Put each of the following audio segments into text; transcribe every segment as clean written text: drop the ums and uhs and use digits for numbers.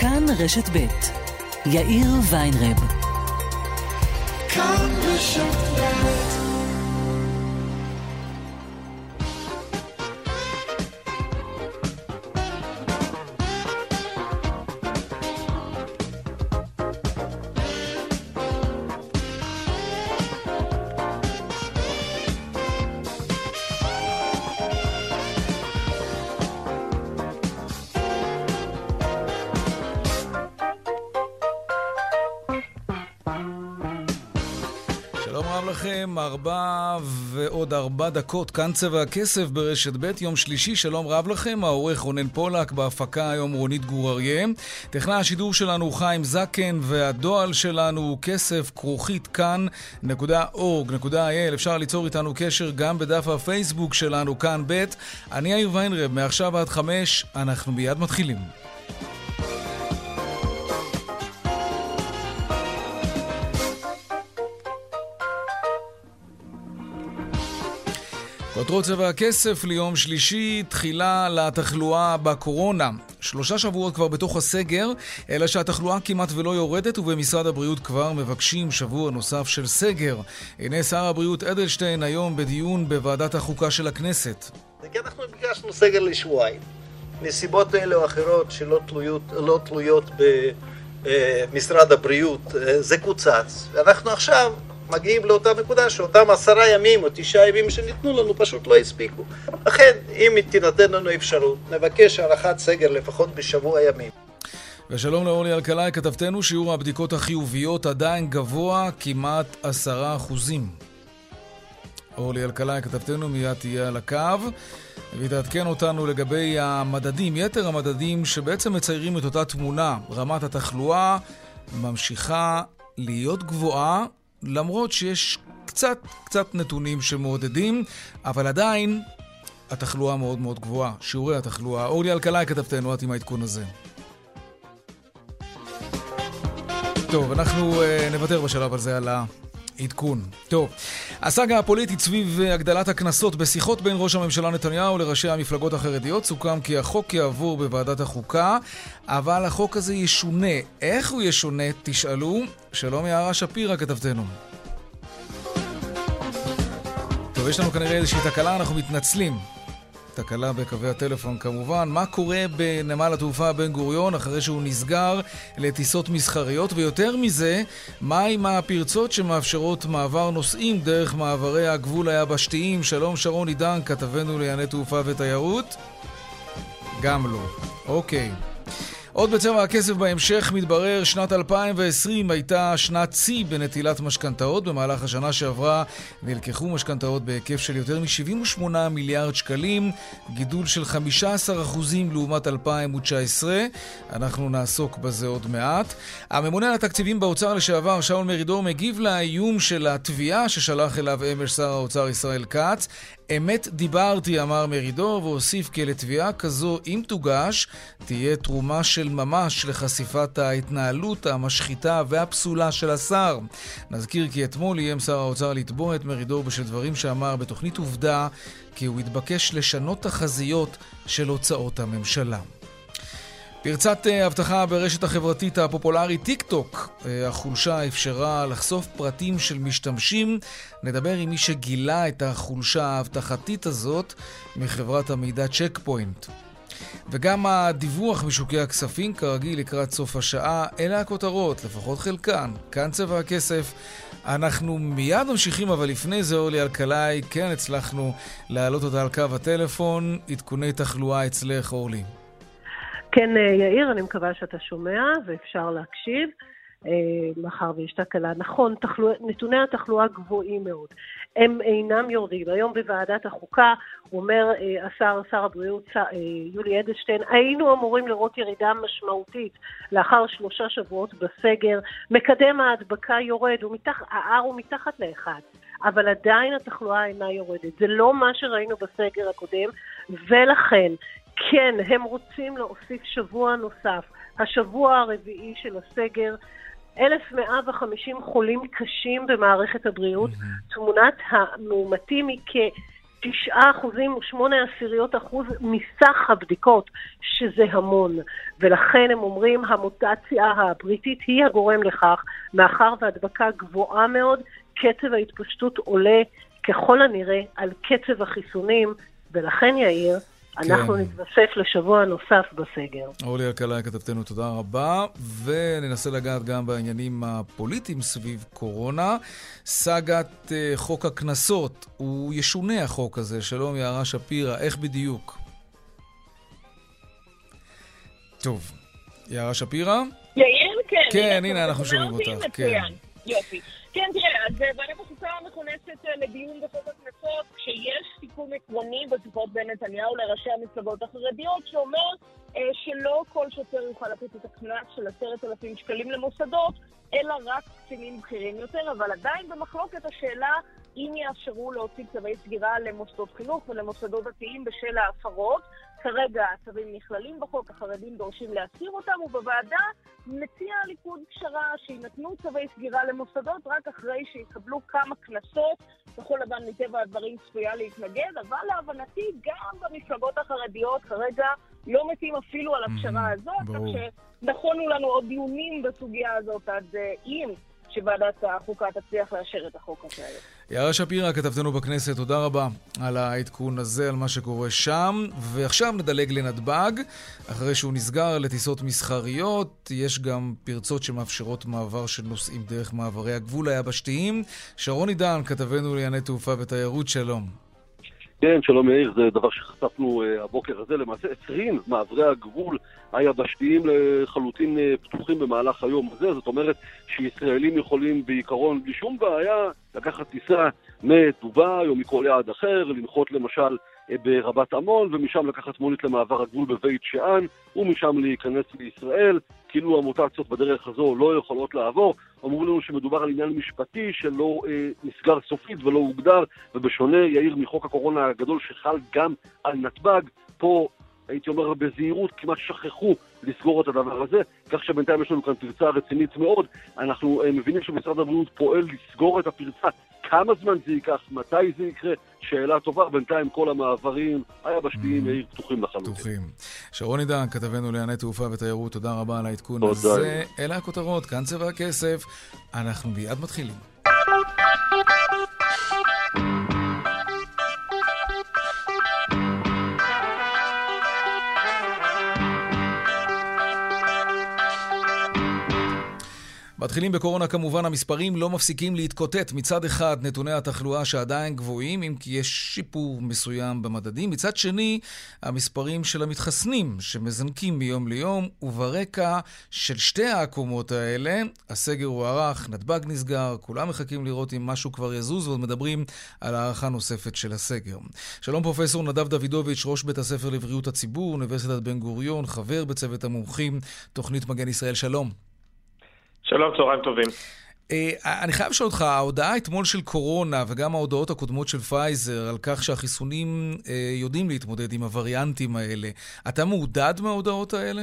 כאן רשת ב' יאיר ויינרב. כאן רשת ב'. לכם 4 דקות, כאן צבע הכסף ברשת ב' יום שלישי. שלום רב לכם, העורך רונן פולק, בהפקה היום רונית גור אריה, טכנאי השידור שלנו חיים זקן, והדואל שלנו הוא כסף@כאן.org.il. אפשר ליצור איתנו קשר גם בדף הפייסבוק שלנו כאן ב'. אני יאיר ויינרב, מעכשיו עד 5 אנחנו מיד מתחילים. כותרות צבע הכסף ליום שלישי, תחילה לתחלואה בקורונה. 3 שבועות כבר בתוך הסגר, אלא שהתחלואה כמעט ולא יורדת, ובמשרד הבריאות כבר מבקשים שבוע נוסף של סגר. הנה שר הבריאות אדלשטיין היום בדיון בוועדת החוקה של הכנסת. אנחנו ביקשנו סגר לשבועיים. נסיבות אלה או אחרות שלא תלויות במשרד הבריאות, זה קוצץ. ואנחנו עכשיו מגיעים לאותה נקודה שאותם 10 ימים או 9 ימים שניתנו לנו פשוט לא הספיקו. לכן, אם תינתן לנו אפשרות, נבקש הארכת סגר לפחות בשבוע ימים. ושלום לאורלי אלקלעי, כתבתנו, שיעור הבדיקות החיוביות עדיין גבוה, כמעט 10%. אורלי אלקלעי, כתבתנו, מיד תהיה על הקו, ותעדכן אותנו לגבי המדדים, יתר המדדים שבעצם מציירים את אותה תמונה. רמת התחלואה ממשיכה להיות גבוהה, למרות שיש קצת נתונים שמעודדים, אבל עדיין התחלואה מאוד מאוד גבוהה, שיעורי התחלואה. אורלי אלקלעי, כתבתנו, את עם העדכון הזה. טוב, אנחנו נוותר בשלב הזה על העדכון. טוב, הסאגה הפוליטית סביב הגדלת הכנסות. בשיחות בין ראש הממשלה נתניהו לראשי המפלגות החרדיות סוכם כי החוק יעבור בוועדת החוקה, אבל החוק הזה ישונה. איך הוא ישונה, תשאלו? שלום יערה שפירא, כתבתנו. טוב, יש לנו כנראה איזושהי תקלה, אנחנו מתנצלים. תקלה בקווי הטלפון כמובן. מה קורה בנמל התעופה בן גוריון אחרי שהוא נסגר לטיסות מסחריות? ויותר מזה, מה עם הפרצות שמאפשרות מעבר נוסעים דרך מעברי הגבול היבשתיים? שלום שרון עידן, כתבנו לענייני תעופה ותיירות. גם לא. אוקיי. עוד בצבע הכסף בהמשך, מתברר שנת 2020 הייתה שנת שיא בנטילת משכנתאות. במהלך השנה שעברה נלקחו משכנתאות בהיקף של יותר מ-78 מיליארד שקלים, גידול של 15% לעומת 2019. אנחנו נעסוק בזה עוד מעט. הממונה על התקציבים באוצר לשעבר שאול מרידור מגיב לאיום של התביעה ששלח אליו אמש שר האוצר ישראל כץ. אמת דיברתי, אמר מרידור, והוסיף כי לתביעה כזו, אם תוגש, תהיה תרומה של ממש לחשיפת ההתנהלות המשחיתה והפסולה של השר. נזכיר כי אתמול איים שר האוצר לתבוע את מרידור בשל דברים שאמר בתוכנית עובדה, כי הוא התבקש לשנות תחזיות של הוצאות הממשלה. פרצת הבטחה ברשת החברתית הפופולרית טיק טוק. החולשה אפשרה לחשוף פרטים של משתמשים. נדבר עם מי שגילה את החולשה ההבטחתית הזאת מחברת המידע צ'ק פוינט. וגם הדיווח משוקי הכספים כרגיל לקראת סוף השעה. אלה הכותרות, לפחות חלקן. כאן צבע הכסף. אנחנו מיד ממשיכים, אבל לפני זה אורלי אלקלעי, כן הצלחנו להעלות אותה על קו הטלפון. עדכוני תחלואה אצלך אורלי. כן, יאיר, אני מקווה שאתה שומע ואפשר להקשיב, מאחר ויש תקלה. נכון, נתוני התחלואה גבוהים מאוד. הם אינם יורדים. היום בוועדת החוקה, אומר שר הבריאות יולי אדלשטיין, היינו אמורים לראות ירידה משמעותית לאחר 3 שבועות בסגר. מקדם ההדבקה יורד, ה-R הוא מתחת ל1. אבל עדיין התחלואה אינה יורדת. זה לא מה שראינו בסגר הקודם, ולכן כן, הם רוצים להוסיף שבוע נוסף. השבוע הרביעי של הסגר, 1,150 חולים קשים במערכת הבריאות. תמונת המאומתים היא 9.8% מסך הבדיקות, שזה המון. ולכן הם אומרים, המוטציה הבריטית היא הגורם לכך, מאחר והדבקה גבוהה מאוד, קצב ההתפשטות עולה ככל הנראה על קצב החיסונים, ולכן יאיר, אנחנו נתווסף לשבוע נוסף בסגר. אורלי אלקלעי, כתבתנו, תודה רבה, וננסה לגעת גם בעניינים הפוליטיים סביב קורונה. סאגת חוק הכנסות, הוא ישונה החוק הזה. שלום יערה שפירא, איך בדיוק? טוב, יערה שפירא? יאיר, כן. כן, הנה אנחנו שומעים אותך. כן. יופי. כן, תראה, אז ועדת החוקה מכונסת לדיון בחוק הכנסות, כשיש סיכום עקרוני בשיחות בין נתניהו לראשי המפלגות החרדיות, שאומר שלא כל שוטר יוכל לתת את הקנס של 10,000 שקלים למוסדות, אלא רק קצינים בכירים יותר, אבל עדיין במחלוקת השאלה אם יאפשרו להוציא צווי סגירה למוסדות חינוך ולמוסדות דתיים בשל ההפרות. כרגע הצווים נכללים בחוק, החרדים דורשים להסיר אותם, ובוועדה מציע הליכוד פשרה שינתנו צווי סגירה למוסדות רק אחרי שיקבלו כמה כנסות. בכל לבן מטבע הדברים צפויה להתנגד, אבל להבנתי גם במפלגות החרדיות כרגע לא מתים אפילו על הפשרה הזאת, כך שנכונו לנו עוד דיונים בסוגיה הזאת עד אם שוועדת החוקה תצליח לאשר את החוק הזה. יערה שפירא, כתבתנו בכנסת, תודה רבה על העדכון הזה, על מה שקורה שם. ועכשיו נדלג לנתב"ג, אחרי שהוא נסגר לטיסות מסחריות, יש גם פרצות שמאפשרות מעבר של נוסעים דרך מעברי הגבול היבשתיים. שרון עידן, כתבנו לענייני תעופה ותיירות, שלום. כן, שלום יאיר, זה דבר שחשפנו הבוקר הזה. למעשה 20 מעברי הגבול היבשתיים לחלוטין פתוחים במהלך היום הזה. זאת אומרת שישראלים יכולים בעיקרון בלי שום בעיה לקחת טיסה מדובאי או מכל יעד אחר, לנחות למשל ברבת עמון, ומשם לקחת מונית למעבר הגבול בבית שאן, ומשם להיכנס לישראל. כאילו המוטציות בדרך הזו לא יכולות לעבור. אמרו לנו שמדובר על עניין משפטי שלא נסגר סופית ולא הוגדר, ובשונה יאיר מחוק הקורונה הגדול שחל גם על נתב"ג, פה הייתי אומר בזהירות כמעט שכחו לסגור את הדבר הזה, כך שבינתיים יש לנו כאן פרצה רצינית מאוד. אנחנו מבינים שמשרד הבריאות פועל לסגור את הפרצה. כמה זמן זה ייקח, מתי זה יקרה, שאלה טובה. בינתיים כל המעברים היבשתיים יאיר פתוחים לחלוטין. פתוחים. שרון עידן, כתבנו לענייני תעופה ותיירות, תודה רבה על העדכון הזה. אלה הכותרות, כאן צבע הכסף. אנחנו מיד מתחילים. מתחילים בקורונה כמובן, המספרים לא מפסיקים להתקוטט. מצד אחד נתוני התחלואה שעדיין גבוהים, אם כי יש שיפור מסוים במדדים. מצד שני, המספרים של המתחסנים שמזנקים מיום ליום, וברקע של שתי העקומות האלה, הסגר הוארך, נתב"ג נסגר, כולם מחכים לראות אם משהו כבר יזוז, ועוד מדברים על הערכה נוספת של הסגר. שלום פרופסור נדב דוידוביץ', ראש בית הספר לבריאות הציבור, אוניברסיטת בן גוריון, חבר בצוות המומחים, תוכנית מגן ישראל, שלום. שלום, צהריים טובים. אני חייב לשאול אותך, ההודעה אתמול של קורונה וגם ההודעות הקודמות של פייזר על כך שהחיסונים יודעים להתמודד עם הווריאנטים האלה, אתה מעודד מההודעות האלה?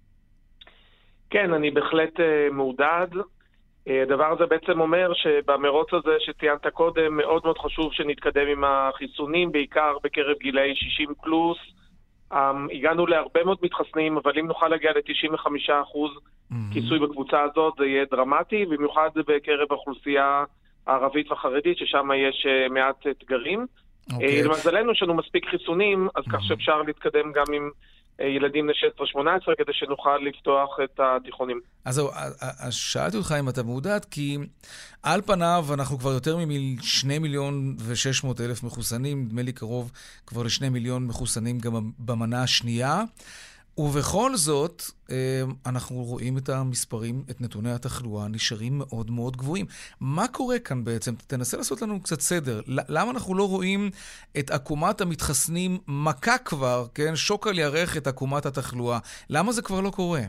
כן, אני בהחלט מעודד. הדבר הזה בעצם אומר שבמרוץ הזה שציינת קודם, מאוד מאוד חשוב שנתקדם עם החיסונים, בעיקר בקרב גילאי 60 פלוס. הגענו להרבה מאוד מתחסנים, אבל אם נוכל להגיע ל-95% כיסוי בקבוצה הזאת, זה יהיה דרמטי, במיוחד בקרב האוכלוסייה הערבית והחרדית, ששם יש מעט אתגרים. למזלנו יש לנו מספיק חיסונים, אז כך שאפשר להתקדם גם עם ילדים ל-16-18, כדי שנוכל לפתוח את התיכונים. אז זהו, שאלתי אותך אם אתה מעודד, כי על פניו אנחנו כבר יותר מ2,600,000 מחוסנים, נדמה לי קרוב כבר ל2 מיליון מחוסנים גם במנה השנייה, ובכל זאת אנחנו רואים את המספרים, את נתוני התחלואה, נשארים מאוד מאוד גבוהים. מה קורה כאן בעצם? תנסה לעשות לנו קצת סדר. למה אנחנו לא רואים את עקומת המתחסנים מכה כבר, כן? שוק על ירך את עקומת התחלואה. למה זה כבר לא קורה?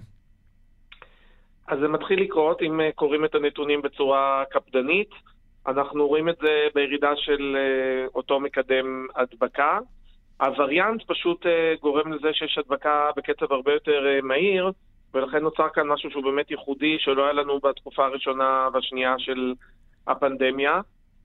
אז זה מתחיל לקרות אם קוראים את הנתונים בצורה קפדנית. אנחנו רואים את זה בירידה של אותו מקדם הדבקה. הווריאנט פשוט גורם לזה שיש הדבקה בקצב הרבה יותר מהיר, ולכן נוצר כאן משהו שהוא באמת ייחודי, שלא היה לנו בתקופה הראשונה והשנייה של הפנדמיה.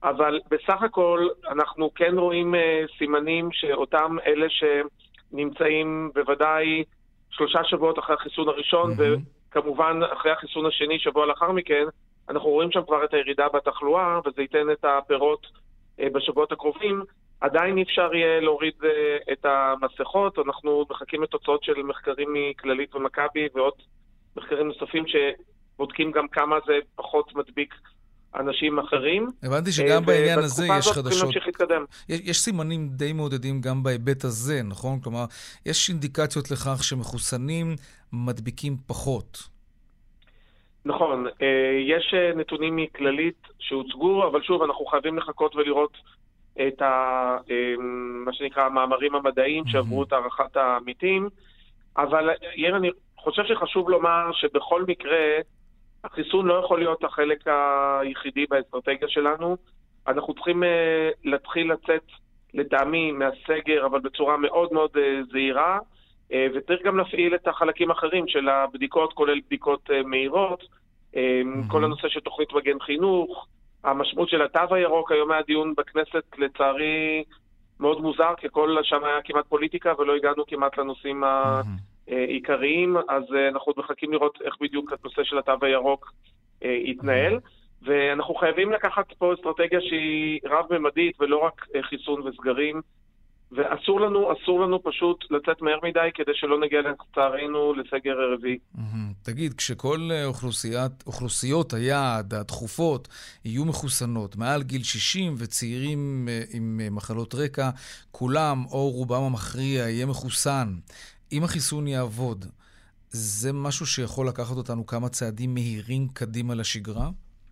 אבל בסך הכל אנחנו כן רואים סימנים שאותם אלה שנמצאים בוודאי 3 שבועות אחרי החיסון הראשון, וכמובן אחרי החיסון השני שבוע לאחר מכן, אנחנו רואים שם כבר את הירידה בתחלואה, וזה ייתן את הפירות בשבועות הקרובים. עדיין אפשר יהיה להוריד את המסכות, אנחנו מחכים לתוצאות של מחקרים מכללית ומכבי ועוד מחקרים נוספים שבודקים גם כמה זה פחות מדביק אנשים אחרים. הבנתי שגם בעניין הזה יש חדשות. יש סימנים די מעודדים גם בהיבט הזה, נכון? כלומר, יש אינדיקציות לכך שמחוסנים מדביקים פחות. נכון, יש נתונים מכללית שהוצגו, אבל שוב, אנחנו חייבים לחכות ולראות את מה שנקרא המאמרים המדעיים שעברו את הערכת העמיתים, אבל אני חושב שחשוב לומר שבכל מקרה החיסון לא יכול להיות החלק היחידי באסטרטגיה שלנו. אנחנו צריכים להתחיל לצאת לטעמי מהסגר, אבל בצורה מאוד מאוד זהירה, וצריך גם להפעיל את החלקים האחרים של הבדיקות, כולל בדיקות מהירות, כל הנושא של תוכנית מגן חינוך, המשמעות של התו הירוק. היום היה דיון בכנסת לצערי מאוד מוזר, כי כל שם היה כמעט פוליטיקה ולא הגענו כמעט לנושאים העיקריים, אז אנחנו מחכים לראות איך בדיוק הנושא של התו הירוק יתנהל, ואנחנו חייבים לקחת פה אסטרטגיה שהיא רב-ממדית ולא רק חיסון וסגרים, ואסור לנו פשוט לצאת מהר מדי כדי שלא נגיע לצערנו לסגר רביעי. תגיד, כשכל אוכלוסיות היעד, הדחופות, יהיו מחוסנות, מעל גיל 60 וצעירים עם מחלות רקע, כולם או רובם המכריע יהיה מחוסן, אם החיסון יעבוד, זה משהו שיכול לקחת אותנו כמה צעדים מהירים קדימה לשגרה?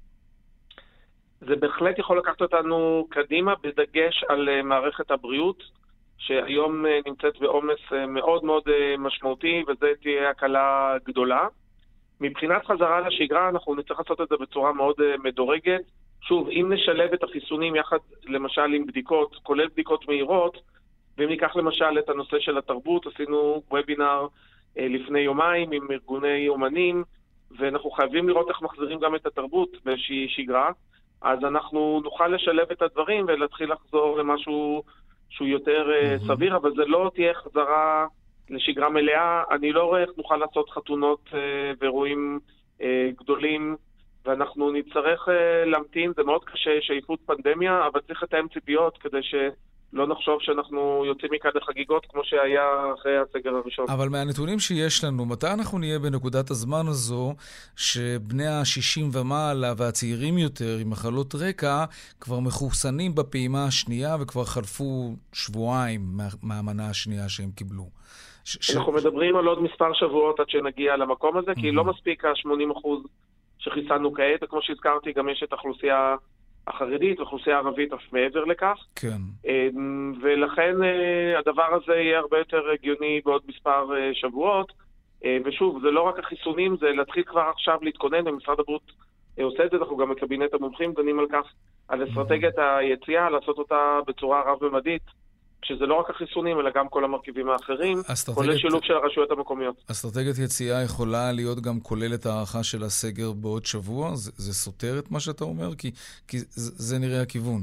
זה בהחלט יכול לקחת אותנו קדימה, בדגש על מערכת הבריאות, שהיום נמצאת בעומס מאוד מאוד משמעותי, וזה תהיה הקלה גדולה. מבחינת חזרה לשגרה, אנחנו נצטרך לעשות את זה בצורה מאוד מדורגת. שוב, אם נשלב את החיסונים יחד, למשל עם בדיקות, כולל בדיקות מהירות, ואם ניקח למשל את הנושא של התרבות, עשינו וובינר לפני יומיים עם ארגוני אומנים, ואנחנו חייבים לראות איך מחזירים גם את התרבות באיזושהי שגרה, אז אנחנו נוכל לשלב את הדברים ולהתחיל לחזור למשהו שהוא יותר סביר, אבל זה לא תהיה חזרה לשגרה מלאה. אני לא רואה איך נוכל לעשות חתונות ואירועים גדולים, ואנחנו נצטרך להמתין. זה מאוד קשה שעיפות פנדמיה, אבל צריך לתאם ציפיות כדי שלא נחשוב שאנחנו יוצאים מכאן לחגיגות כמו שהיה אחרי הסגר הראשון. אבל מהנתונים שיש לנו, מתי אנחנו נהיה בנקודת הזמן הזו שבני ה-60 ומעלה והצעירים יותר עם מחלות רקע כבר מחוסנים בפעימה השנייה וכבר חלפו שבועיים מהמנה השנייה שהם קיבלו? אנחנו מדברים על עוד מספר שבועות עד שנגיע למקום הזה, כי לא מספיק ה-80% שחיסנו כעת, וכמו שהזכרתי גם יש את האוכלוסייה החרדית, האוכלוסייה הערבית אף מעבר לכך. כן. ולכן הדבר הזה יהיה הרבה יותר הגיוני בעוד מספר שבועות. ושוב, זה לא רק החיסונים, זה להתחיל כבר עכשיו להתכונן, ומשרד הבריאות עושה את זה, אנחנו גם מקבינט המומחים דנים על כך, על אסטרטגיית היציאה, לעשות אותה בצורה רב-ממדית, שזה לא רק החיסונים, אלא גם כל המרכיבים האחרים, כולל שילוב של הרשויות המקומיות. אסטרטגיית יציאה יכולה להיות גם כוללת הערכה של הסגר בעוד שבוע? זה סותר את מה שאתה אומר? כי זה נראה הכיוון.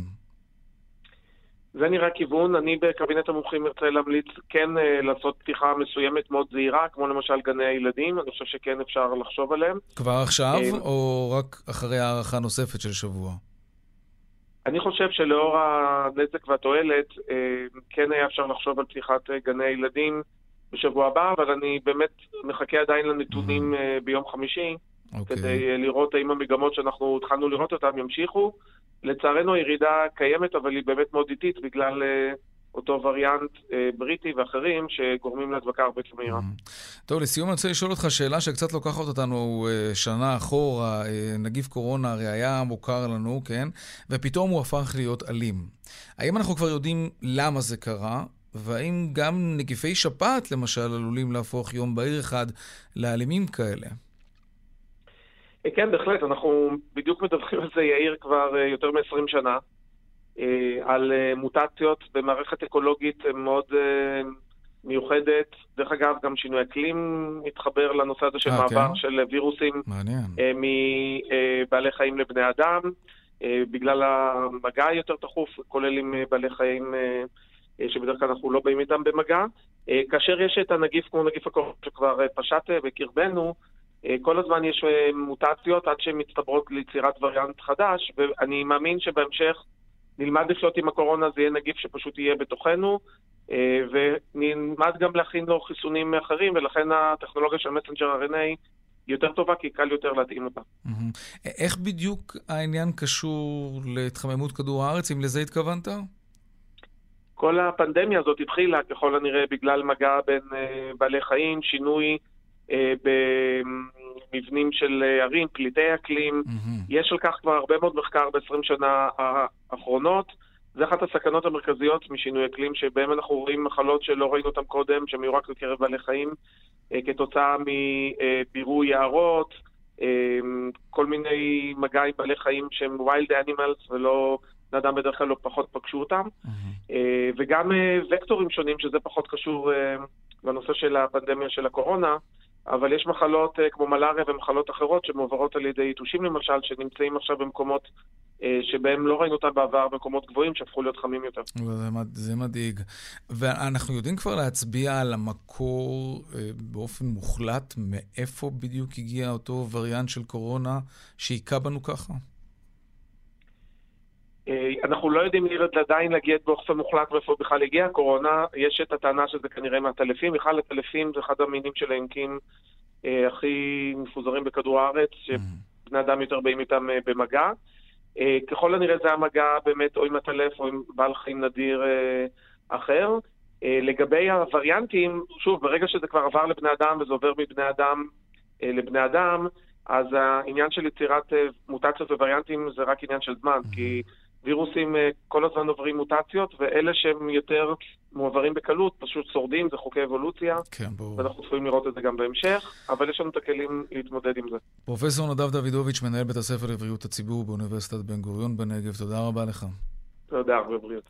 זה נראה כיוון. אני בקבינט המומחים ארצה להמליץ כן לעשות פתיחה מסוימת מאוד זהירה, כמו למשל גני הילדים. אני חושב שכן אפשר לחשוב עליהם. כבר עכשיו או רק אחרי הערכה נוספת של שבוע? אני חושב שלאור הנזק והתועלת, כן היה אפשר לחשוב על פתיחת גני הילדים בשבוע הבא, אבל אני באמת מחכה עדיין לנתונים ביום חמישי, כדי לראות האם המגמות שאנחנו התחלנו לראות אותם ימשיכו. לצערנו הירידה קיימת, אבל היא באמת מאוד איטית, בגלל אותו וריאנט בריטי ואחרים שגורמים להדבקה הרבה יותר מהירה. טוב, לסיום אני רוצה לשאול אותך שאלה שקצת לוקחת אותנו שנה אחורה. נגיף קורונה הרי היה מוכר לנו, כן? ופתאום הוא הפך להיות אלים. האם אנחנו כבר יודעים למה זה קרה? והאם גם נגיפי שפעת למשל עלולים להפוך יום בהיר אחד לאלימים כאלה? כן, בהחלט. אנחנו בדיוק מדברים על זה, יאיר, כבר יותר מ-20 שנה. על מוטציות במערכת אקולוגית מאוד מיוחדת. דרך אגב, גם שינוי אקלים מתחבר לנושא הזה של מעבר של וירוסים מבעלי חיים לבני אדם. בגלל המגע היותר תכוף, כולל עם בעלי חיים שבדרך כלל אנחנו לא באים איתם במגע. כאשר יש את הנגיף כמו נגיף הקורונה שכבר פשט בקרבנו, כל הזמן יש מוטציות עד שהן מצטברות ליצירת וריאנט חדש, ואני מאמין שבהמשך נלמד לחיות עם הקורונה, זה יהיה נגיף שפשוט יהיה בתוכנו, ונלמד גם להכין לו חיסונים אחרים, ולכן הטכנולוגיה של מסנג'ר RNA היא יותר טובה, כי קל יותר להתאים אותה. איך בדיוק העניין קשור להתחממות כדור הארץ, אם לזה התכוונת? כל הפנדמיה הזאת התחילה ככל הנראה בגלל מגע בין בעלי חיים, שינוי במבנים של ערים, פליטי אקלים. יש על כך כבר הרבה מאוד מחקר ב-20 שנה האחרונות. זה אחת הסכנות המרכזיות משינוי אקלים, שבהם אנחנו רואים מחלות שלא ראינו אותם קודם, שהם יהיו רק בקרב בעלי חיים, כתוצאה מבירוי יערות, כל מיני מגע עם בעלי חיים שהם wild animals ולא... לאדם בדרך כלל לא פחות פגשו אותם, וגם וקטורים שונים, שזה פחות קשור בנושא של הפנדמיה של הקורונה, אבל יש מחלות כמו מלאריה ומחלות אחרות שמועברות על ידי יתושים למשל, שנמצאים עכשיו במקומות שבהם לא ראינו אותם בעבר, מקומות גבוהים שהפכו להיות חמים יותר. זה מדאיג. ואנחנו יודעים כבר להצביע על המקור באופן מוחלט, מאיפה בדיוק הגיע אותו וריאנט של קורונה שהיכה בנו ככה? אנחנו לא יודעים עדיין להגיע באופן מוחלט מאיפה בכלל הגיעה הקורונה. יש את הטענה שזה כנראה מהטלפים. בכלל הטלפים זה אחד המינים של היונקים הכי מפוזרים בכדור הארץ, שבני אדם יותר באים איתם במגע. ככל הנראה זה המגע באמת או עם הטלף או עם בעל חיים נדיר אחר. לגבי הווריאנטים, שוב, ברגע שזה כבר עבר לבני אדם וזה עובר מבני אדם לבני אדם, אז העניין של יצירת מוטציות ווריאנטים זה רק עניין של זמן, כי וירוסים כל הזמן עוברים מוטציות, ואלה שהם יותר מועברים בקלות, פשוט שורדים, זה חוקי אבולוציה, כן, ואנחנו צריכים לראות את זה גם בהמשך, אבל יש לנו את הכלים להתמודד עם זה. פרופסור נדב דוידוביץ', מנהל בית הספר לבריאות הציבור באוניברסיטת בן גוריון בנגב, תודה רבה לך. תודה, הרבה בריאות.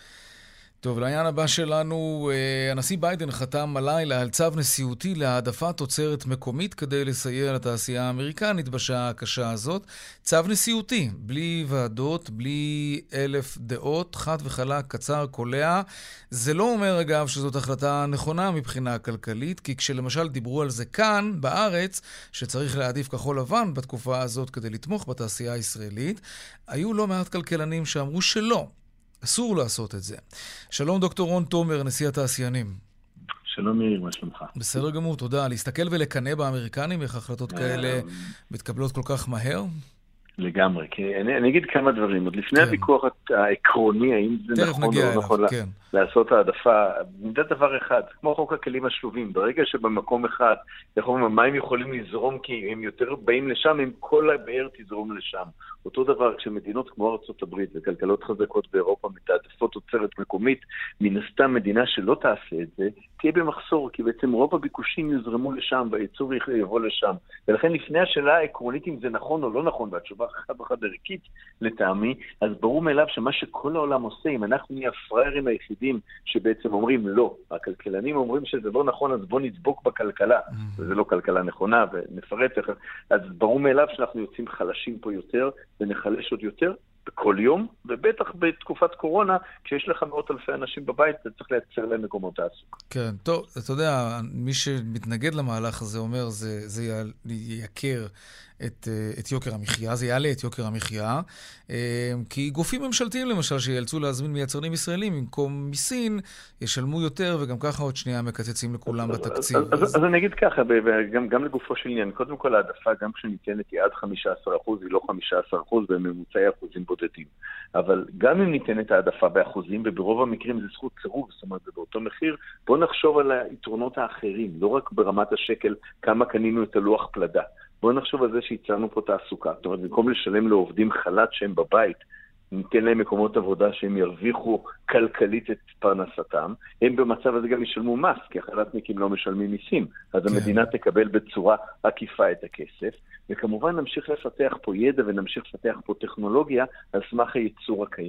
טוב, לעניין הבא שלנו, הנשיא ביידן חתם הלילה על צו נשיאותי להעדפת תוצרת מקומית כדי לסייע לתעשייה האמריקנית בשעה הקשה הזאת. צו נשיאותי, בלי ועדות, בלי 1000 דעות, חד וחלק, קצר, קולע. זה לא אומר אגב שזאת החלטה נכונה מבחינה כלכלית, כי כשלמשל דיברו על זה כאן, בארץ, שצריך להעדיף כחול לבן בתקופה הזאת כדי לתמוך בתעשייה הישראלית, היו לא מעט כלכלנים שאמרו שלא. אסור לעשות את זה. שלום דוקטור רון תומר, נשיא התעשיינים. שלום יאיר, מה שלומך? בסדר גמור, תודה. להסתכל ולקנא באמריקנים, איך החלטות כאלה מתקבלות כל כך מהר? לגמרי, כי אני אגיד כמה דברים. עוד לפני הוויכוח העקרוני, האם זה נכון או לא נכון לעשות העדפה, נדע דבר אחד, כמו חוק הכלים השלובים, ברגע שבמקום אחד, המים יכולים לזרום כי הם יותר באים לשם, הם כל הבאר תזרום לשם. אותו דבר כשמדינות כמו ארצות הברית וכלכלות חזקות באירופה מתעדפות תוצרת מקומית, מן הסתם מדינה שלא תעשה את זה, תהיה במחסור, כי בעצם רוב הביקושים יזרמו לשם והייצור יבוא לשם. ולכן לפני השאלה העקרונית אם זה נכון או לא נכון, והתשובה חד ערכית לטעמי, אז ברור מאליו שמה שכל העולם עושה, אם אנחנו נהיה הפריירים היחידים שבעצם אומרים לא, הכלכלנים אומרים שזה לא נכון, אז בוא נדבוק בכלכלה, וזה לא כלכלה נכונה, ונפרט, אז ברור מאליו שאנחנו יוצאים חלשים פה יותר, ונחלש עוד יותר בכל יום, ובטח בתקופת קורונה, כשיש לך מאות אלפי אנשים בבית, אתה צריך לייצר להם מקומות תעסוקה. כן, טוב, אתה יודע, מי שמתנגד למהלך הזה אומר, זה יקר את יוקר המחיה, זה יעלה את יוקר המחיה, כי גופים ממשלתיים למשל שיאלצו להזמין מייצרנים ישראלים במקום מסין, ישלמו יותר וגם ככה עוד שנייה מקצצים לכולם בתקציב. אז אני אגיד ככה, גם לגופו של עניין, קודם כל העדפה גם כשניתנת היא עד 15%, היא לא 15% בממוצעי אחוזים בודדים. אבל גם אם ניתנת העדפה באחוזים, וברוב המקרים זה זכות סירוב, זאת אומרת זה באותו מחיר, בוא נחשוב על היתרונות האחרים, לא רק ברמת השקל כמה קנינו את הלוח פלדה. בואו נחשוב על זה שהצענו פה תעסוקה. זאת אומרת, במקום לשלם לעובדים חל"ת שהם בבית, ניתן להם מקומות עבודה שהם ירוויחו כלכלית את פרנסתם, הם במצב הזה גם ישלמו מס, כי החל"תניקים לא משלמים מיסים. אז המדינה תקבל בצורה עקיפה את הכסף, וכמובן נמשיך לפתח פה ידע ונמשיך לפתח פה טכנולוגיה על סמך הייצור הקיים.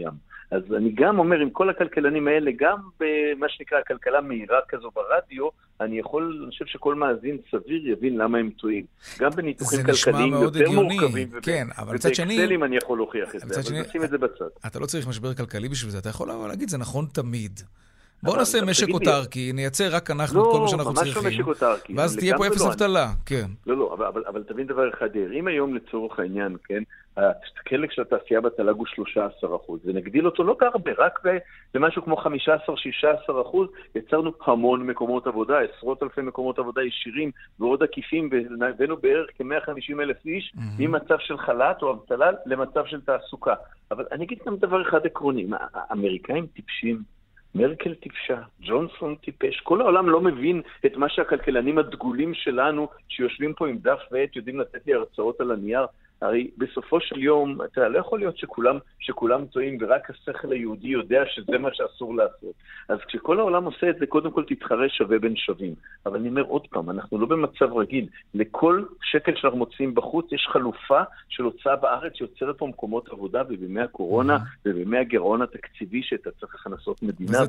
אז אני גם אומר, עם כל הכלכלנים האלה, גם במה שנקרא כלכלה מהירה כזו ברדיו, אני חושב שכל מאזין סביר יבין למה הם טועים. גם בניתוחים כלכליים יותר מורכבים, כן, אבל מצד שני, ובאקסלים אני יכול להוכיח את זה, אבל נשים את זה בצד. אתה לא צריך משבר כלכלי בשביל זה, אתה יכול להגיד, זה נכון תמיד. בואו נעשה משק אוטרקי, נייצר רק אנחנו את כל מה שאנחנו צריכים, ואז תהיה פה אפס אבטלה, כן. לא, אבל תבין דבר אחד, אם היום לצורך העניין, כן, החלק של התעשייה בתל"ג הוא 13%, ונגדיל אותו לא כך הרבה, רק במשהו כמו 15-16%, יצרנו המון מקומות עבודה, עשרות אלפי מקומות עבודה ישירים, ועוד עקיפים, והבאנו בערך כ-150,000 איש, ממצב של חל"ת או אבטלה למצב של תעסוקה. אבל אני אגיד גם דבר אחד עקרוני, האמריקאים טיפשים, מרקל טיפשה, ג'ונסון טיפש, כל העולם לא מבין את מה שהכלכלנים הדגולים שלנו, שיושבים פה עם דף ועט, יודעים לתת לי הרצאות על הנייר. הרי בסופו של יום, אתה לא יכול להיות שכולם טועים, ורק השכל היהודי יודע שזה מה שאסור לעשות. אז כשכל העולם עושה את זה, קודם כל תתחרה שווה בין שווים. אבל אני אומר עוד פעם, אנחנו לא במצב רגיל. לכל שקל שאנחנו מוצאים בחוץ, יש חלופה של הוצאה בארץ שיוצרת פה מקומות עבודה, ובימי הקורונה, ובימי הגירעון התקציבי שאתה צריך הכנסות מדינה,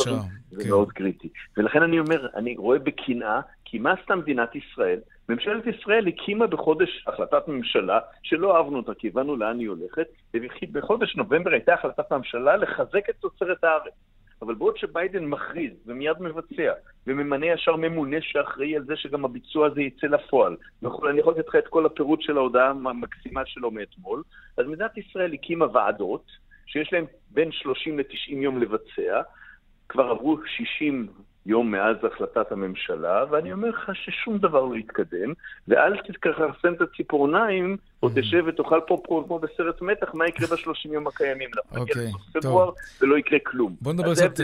זה מאוד קריטי. ולכן אני אומר, אני רואה בקנאה, כי מה עשתה מדינת ישראל? ממשלת ישראל הקימה בחודש החלטת ממשלה, שלא אהבנו אותה, כי הבנו לאן היא הולכת, ובחודש נובמבר הייתה החלטת ממשלה לחזק את תוצרת הארץ. אבל בעוד שביידן מכריז ומיד מבצע, וממנה ישר ממונה שאחראי על זה שגם הביצוע הזה יצא לפועל, אני יכול לתת לך את כל הפירוט של ההודעה המקסימה שלו מאתמול, אז מדינת ישראל הקימה ועדות, שיש להם בין 30 ל-90 יום לבצע, כבר עברו 60 יום מאז החלטת הממשלה, ואני אומר לך ששום דבר לא יתקדם, ואל תתכרסם את הציפורניים, או תשב ותאכל פה כמו בסרט מתח, מה יקרה ב-30 יום הקיימים. אוקיי, טוב. ולא יקרה כלום. בוא נדבר קצת...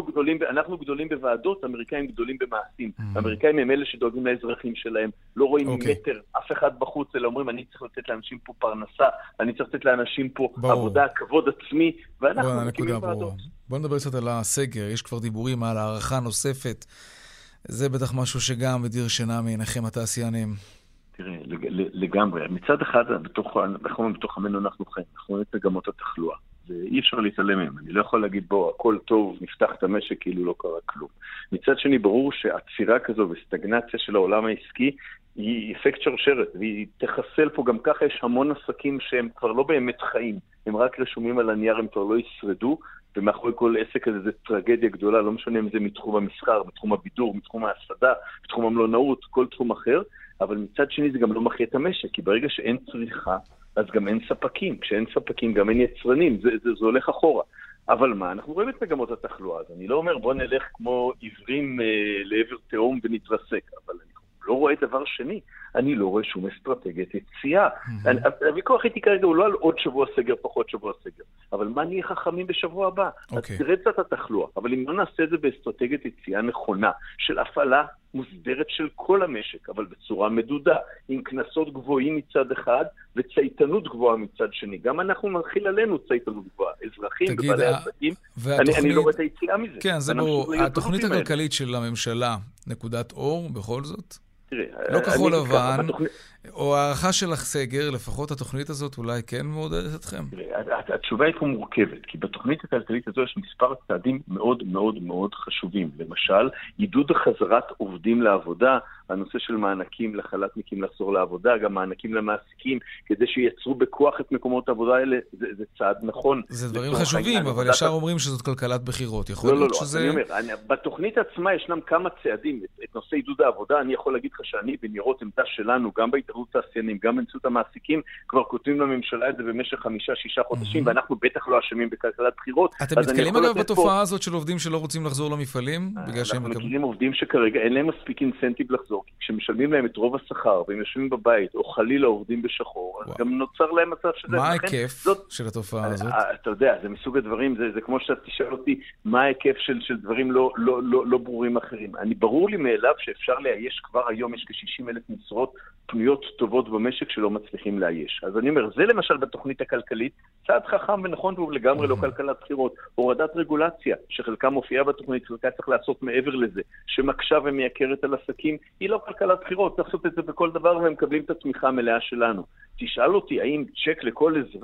אנחנו גדולים בוועדות, אמריקאים גדולים במעשים. אמריקאים הם אלה שדואגים לאזרחים שלהם, לא רואים מטר, אף אחד בחוץ, אלא אומרים, אני צריך לתת לאנשים פה פרנסה, אני צריך לתת לאנשים פה עבודה, כבוד עצמי, ואנחנו מקימים ועדות. בוא נדבר קצת על הסגר, יש כבר דיבורים על הערכה נוספת, זה בטח משהו שגם מדיר שינה מעיניכם התעשיינים. תראה, לגמרי, מצד אחד, בתוך עמנו אנחנו חיים, אנחנו רואים את מגמות התחלואה, ואי אפשר להתעלם מהם, אני לא יכול להגיד בו, הכל טוב, נפתח את המשק, כאילו לא קרה כלום. מצד שני, ברור שהצירה כזו וסטגנציה של העולם העסקי, היא אפקט שרשרת, והיא תחסל פה, גם ככה יש המון עסקים שהם כבר לא באמת חיים, הם רק רשומים על הנייר, הם כבר לא ישרדו, ומאחורי כל עסק הזה זה טרגדיה גדולה, לא משנה אם זה מתחום המסחר, מתחום הבידור, מתחום ההסעדה, מתחום המלונאות, כל תחום אחר, אבל מצד שני זה גם לא מחיה את המשק, כי ברגע שאין צריכה, אז גם אין ספקים, כשאין ספקים גם אין יצרנים, זה הולך אחורה. אבל מה, אנחנו רואים את מגמות התחלואה, אז אני לא אומר בוא נלך כמו עיוורים לעבר תהום ונתרסק, אבל אני לא רואה דבר שני, אני לא רואה שום אסטרטגיית יציאה. הוויכוח איתי כרגע הוא לא על עוד שבוע סגר, פחות שבוע סגר, אבל מה נהיה חכמים בשבוע הבא? אז תראה קצת התחלואה, אבל אם לא נעשה את זה באסטרטגיית יציאה נכונה, של הפעלה מוסדרת של כל המשק, אבל בצורה מדודה, עם כנסות גבוהים מצד אחד, וצייתנות גבוהה מצד שני. גם אנחנו נחיל עלינו צייתנות גבוהה, אזרחים ובעלי עסקים, אני לא רואה את היציאה מזה. כן, זה ברור. התוכנית הכלכלית של הממשלה, נקודת אור, בכל זאת? לא כחול לבן, או הערכה של הסגר, לפחות התוכנית הזאת אולי כן מעודדת אתכם? התשובה היא פה מורכבת, כי בתוכנית הכלכלית הזו יש מספר צעדים מאוד מאוד מאוד חשובים. למשל, עידוד החזרת עובדים לעבודה, הנושא של מענקים לחל"תניקים לחזור לעבודה, גם מענקים למעסיקים, כדי שייצרו בכוח את מקומות העבודה האלה, זה צעד נכון. זה דברים חשובים, אבל ישר אומרים שזאת כלכלת בחירות. לא, אני אומר, בתוכנית עצמה ישנם כמה צעדים, את נושא עידוד העבודה, אני יכול להגיד לך שאני בניירות עמדה שלנו, גם בהתאחדות התעשיינים, גם באמצעות המעסיקים, כבר כותבים לממשלה את זה במשך 5-6 חודשים, ואנחנו בטח לא אשמים בכלכלת בחירות. אתם נתקלים אגב בתופעה הזאת של עובדים שלא רוצים לחזור למפעלים? אנחנו מכירים עובדים שכרגע אין להם מספיק אינסנטיב לחזור, כי כשמשלמים להם את רוב השכר, והם יושבים בבית, או חלילה עובדים בשחור, אז גם נוצר להם מצב שזה... מה ההיקף של התופעה הזאת? אתה יודע, זה מסוג הדברים, זה כמו שאתה תשאל אותי, מה ההיקף של דברים לא ברורים אחרים. ברור לי מאליו שאפשר לאייש כבר היום, יש כ-60,000 משרות פנויות טובות במשק שלא מצליחים לאייש. אז אני אומר, זה למשל בתוכנית הכלכלית, צעד חכם ונכון והוא לגמרי לא כלכלת בחירות. הורדת רגולציה, שחלקה מופיעה בתוכנית, חלקה צריך לעשות מעבר לזה, שמקשה ומייקרת על עסקים, היא לא כלכלת בחירות, צריך לעשות את זה בכל דבר והם מקבלים את התמיכה המלאה שלנו. תשאל אותי, האם צ'ק לכל אזרח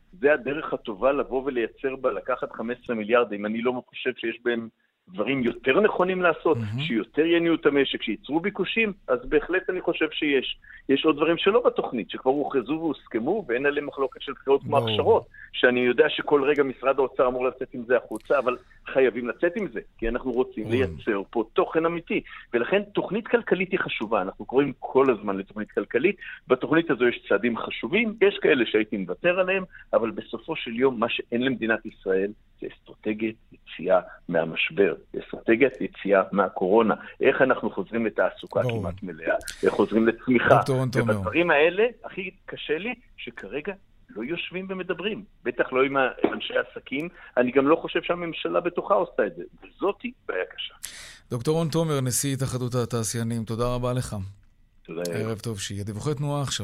זה הדרך הטובה לבוא ולייצר בה, לקחת 15 מיליארד, אם אני לא חושב שיש בהם דברים יותר נכונים לעשות, שיותר יניעו את המשק, שייצרו ביקושים, אז בהחלט אני חושב שיש. יש עוד דברים שלא בתוכנית, שכבר הוכרזו והוסכמו, ואין עליהם מחלוקת של בחירות כמו הכשרות, שאני יודע שכל רגע משרד האוצר אמור לצאת עם זה החוצה, אבל חייבים לצאת עם זה, כי אנחנו רוצים לייצר פה תוכן אמיתי. ולכן תוכנית כלכלית היא חשובה, אנחנו קוראים כל הזמן לתוכנית כלכלית, בתוכנית הזו יש צעדים חשובים, יש כאלה שהייתי מוותר עליהם, אבל בסופו של יום מה שאין למדינת ישראל זה אסטרטגיית יציאה מהמשבר, אסטרטגיית יציאה מהקורונה, איך אנחנו חוזרים לתעסוקה כמעט מלאה, איך חוזרים לצמיחה. ובדברים האלה הכי קשה לי שכרגע לא יושבים ומדברים, בטח לא עם אנשי עסקים, אני גם לא חושב שהממשלה בתוכה עושה את זה, וזאת היא בעיה קשה. דוקטור רון תומר, נשיא התאחדות התעשיינים, תודה רבה לך. תודה. ערב טוב, שיהיה דיווחי תנועה עכשיו.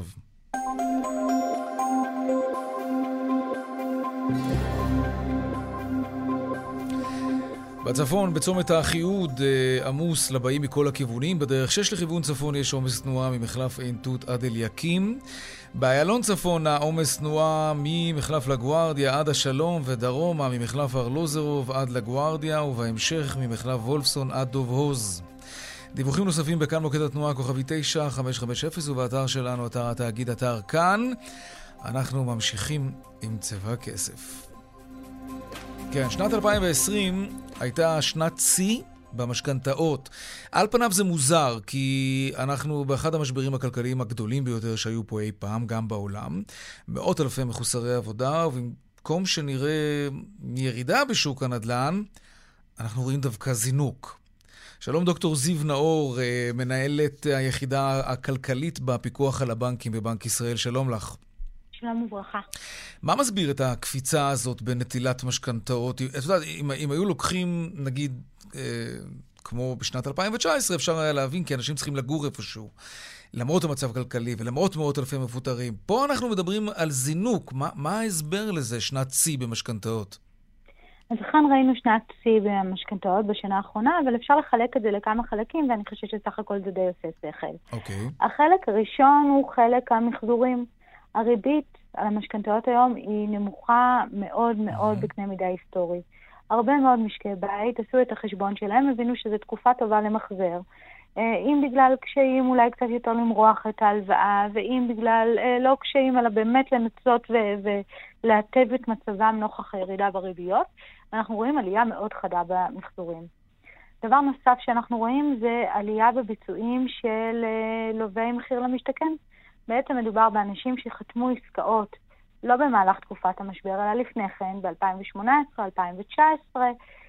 בצפון, בצומת האחיוד, עמוס לבאים מכל הכיוונים. בדרך 6 לכיוון צפון יש עומס תנועה ממחלף עין תות עד אליקים. באיילון צפון, עומס תנועה ממחלף לגוארדיה עד השלום, ודרומה ממחלף ארלוזרוב עד לגוארדיה, ובהמשך ממחלף וולפסון עד דוב הוז. דיווחים נוספים בכאן מוקד התנועה כוכבי 9550 ובאתר שלנו, אתר התאגיד, אתר כאן. אנחנו ממשיכים עם צבע כסף. כן, שנת 2020 הייתה שנת שיא במשכנתאות. על פניו זה מוזר, כי אנחנו באחד המשברים הכלכליים הגדולים ביותר שהיו פה אי פעם, גם בעולם. מאות אלפי מחוסרי עבודה, ובמקום שנראה ירידה בשוק הנדל"ן, אנחנו רואים דווקא זינוק. שלום דוקטור זיו נאור, מנהלת היחידה הכלכלית בפיקוח על הבנקים בבנק ישראל, שלום לך. שלום וברכה. מה מסביר את הקפיצה הזאת בנטילת משכנתאות? את יודעת, אם היו לוקחים, נגיד, כמו בשנת 2019, אפשר היה להבין, כי אנשים צריכים לגור איפשהו, למרות המצב הכלכלי ולמרות מאות אלפי מפוטרים. פה אנחנו מדברים על זינוק. מה ההסבר לזה, שנת שיא במשכנתאות? אז לכן ראינו שנת שיא במשכנתאות בשנה האחרונה, אבל אפשר לחלק את זה לכמה חלקים, ואני חושבת שסך הכל זה די עושה שכל. אוקיי. החלק הראשון הוא חלק המחזורים. הריבית על המשכנתאות היום היא נמוכה מאוד מאוד בקנה מידה היסטורי. הרבה מאוד משקי בית עשו את החשבון שלהם, הבינו שזו תקופה טובה למחזר. אם בגלל קשיים אולי קצת יותר למרוח את ההלוואה, ואם בגלל לא קשיים, אלא באמת לנסות ולהטב את מצבם נוכח הירידה בריביות, אנחנו רואים עלייה מאוד חדה במחזורים. דבר נוסף שאנחנו רואים זה עלייה בביצועים של לווי מחיר למשתכן. בעצם מדובר באנשים שחתמו עסקאות לא במהלך תקופת המשבר, אלא לפני כן, ב-2018, 2019.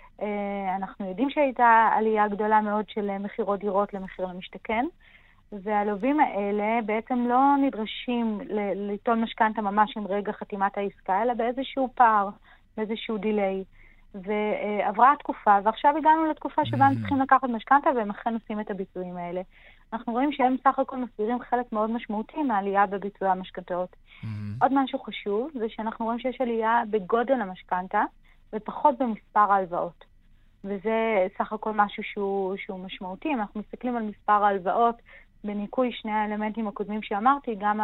אנחנו יודעים שהייתה עלייה גדולה מאוד של מחירות דירות למחיר למשתכן, והלווים האלה בעצם לא נדרשים ליטול משכנתא ממש עם רגע חתימת העסקה, אלא באיזשהו פער, באיזשהו דיליי. ועברה התקופה, ועכשיו הגענו לתקופה שבה הם צריכים לקחת משכנתא, והם אכן עושים את הביצועים האלה. אנחנו רואים שהם סך הכל מסבירים חלק מאוד משמעותי מהעלייה בביצועי המשכנתאות. עוד משהו חשוב, זה שאנחנו רואים שיש עלייה בגודל המשכנתא, ופחות במספר ההלוואות. וזה סך הכל משהו שהוא משמעותי. אם אנחנו מסתכלים על מספר ההלוואות, בניקוי שני האלמנטים הקודמים שאמרתי, גם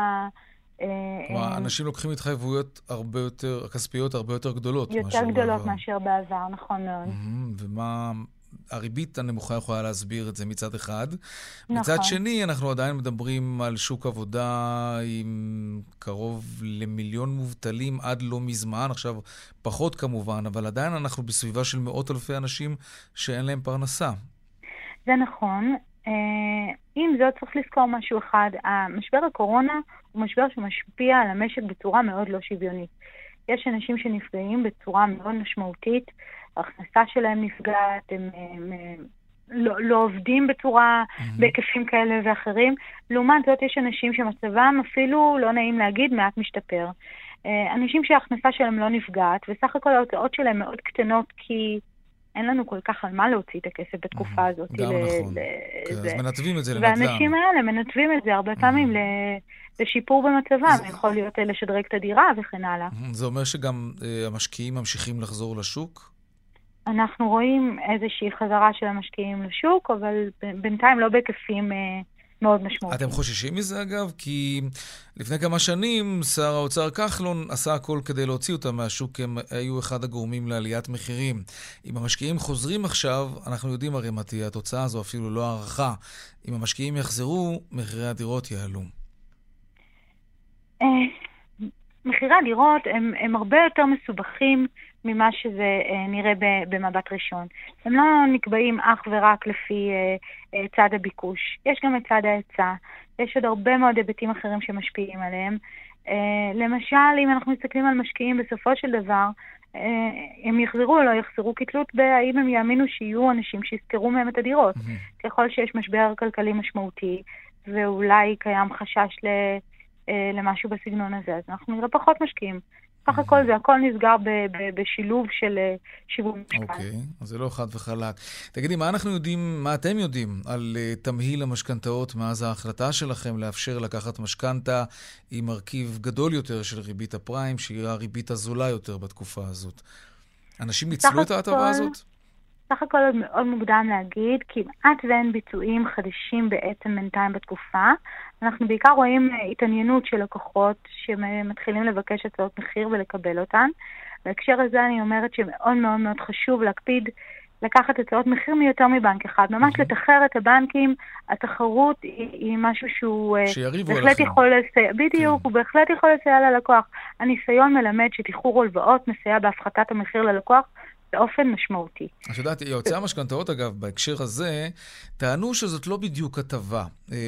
כלומר, אנשים לוקחים התחייבויות הרבה יותר, כספיות הרבה יותר גדולות. יותר גדולות מאשר בעבר, נכון מאוד. ומה הריבית הנמוכה יכולה להסביר את זה מצד אחד. נכון. מצד שני, אנחנו עדיין מדברים על שוק עבודה עם קרוב למיליון מובטלים עד לא מזמן, עכשיו פחות כמובן, אבל עדיין אנחנו בסביבה של מאות אלפי אנשים שאין להם פרנסה. זה נכון. עם זאת צריך לזכור משהו אחד, המשבר הקורונה הוא משבר שמשפיע על המשק בצורה מאוד לא שוויונית. יש אנשים שנפגעים בצורה מאוד משמעותית, ההכנסה שלהם נפגעת, הם לא עובדים בצורה בהיקפים כאלה ואחרים. לעומת זאת יש אנשים שמצבם אפילו לא נעים להגיד מעט משתפר. אנשים שההכנסה שלהם לא נפגעת, וסך הכל ההוצאות שלהם מאוד קטנות כי אין לנו כל כך על מה להוציא את הכסף בתקופה הזאת. גם נכון. אז מנתבים את זה לנדל"ן. והאנשים האלה מנתבים את זה הרבה פעמים לשיפור במצבם. יכול להיות לשדרג את הדירה וכן הלאה. זה אומר שגם המשקיעים ממשיכים לחזור לשוק? אנחנו רואים איזושהי חזרה של המשקיעים לשוק, אבל בינתיים לא בהיקפים מאוד משמעותי. אתם חוששים מזה אגב? כי לפני כמה שנים שר האוצר כחלון עשה הכל כדי להוציא אותם מהשוק, הם היו אחד הגורמים לעליית מחירים. אם המשקיעים חוזרים עכשיו, אנחנו יודעים הרי מה תהיה התוצאה הזו, אפילו לא הערכה. אם המשקיעים יחזרו, מחירי הדירות יעלו. מחירי הדירות הם הרבה יותר מסובכים ממה שזה נראה במבט ראשון. הם לא נקבעים אך ורק לפי צד הביקוש. יש גם את צד ההיצע. יש עוד הרבה מאוד היבטים אחרים שמשפיעים עליהם. למשל, אם אנחנו מסתכלים על משקיעים בסופו של דבר, הם יחזרו או לא יחזרו כתלות בהאם הם יאמינו שיהיו אנשים שיזכרו מהם את הדירות. ככל שיש משבר כלכלי משמעותי, ואולי קיים חשש למשהו בסגנון הזה, אז אנחנו נראה פחות משקיעים. כך הכל זה, הכל נסגר בשילוב של שיווק משקל. אוקיי, אז זה לא חד וחלק. תגידי, מה אתם יודעים על תמהיל המשכנתאות מאז ההחלטה שלכם לאפשר לקחת משכנתה עם מרכיב גדול יותר של ריבית הפריים, שהיא הריבית הזולה יותר בתקופה הזאת? אנשים ניצלו את ההטבה הזאת? סך הכל עוד מאוד מוקדם להגיד, כמעט ואין ביצועים חדשים בעצם בינתיים בתקופה. אנחנו בעיקר רואים התעניינות של לקוחות שמתחילים לבקש הצעות מחיר ולקבל אותן. בהקשר הזה אני אומרת שמאוד מאוד מאוד חשוב להקפיד לקחת הצעות מחיר מיותר מבנק אחד. ממש לתחר את הבנקים, התחרות היא משהו שהוא בהחלט יכול לסייע. בדיוק, הוא בהחלט יכול לסייע ללקוח. הניסיון מלמד שתיחור הלוואות מסייע בהפחתת המחיר ללקוח, באופן משמעותי. את יודעת, יועצי המשכנתאות, אגב, בהקשר הזה, טענו שזאת לא בדיוק הטבה.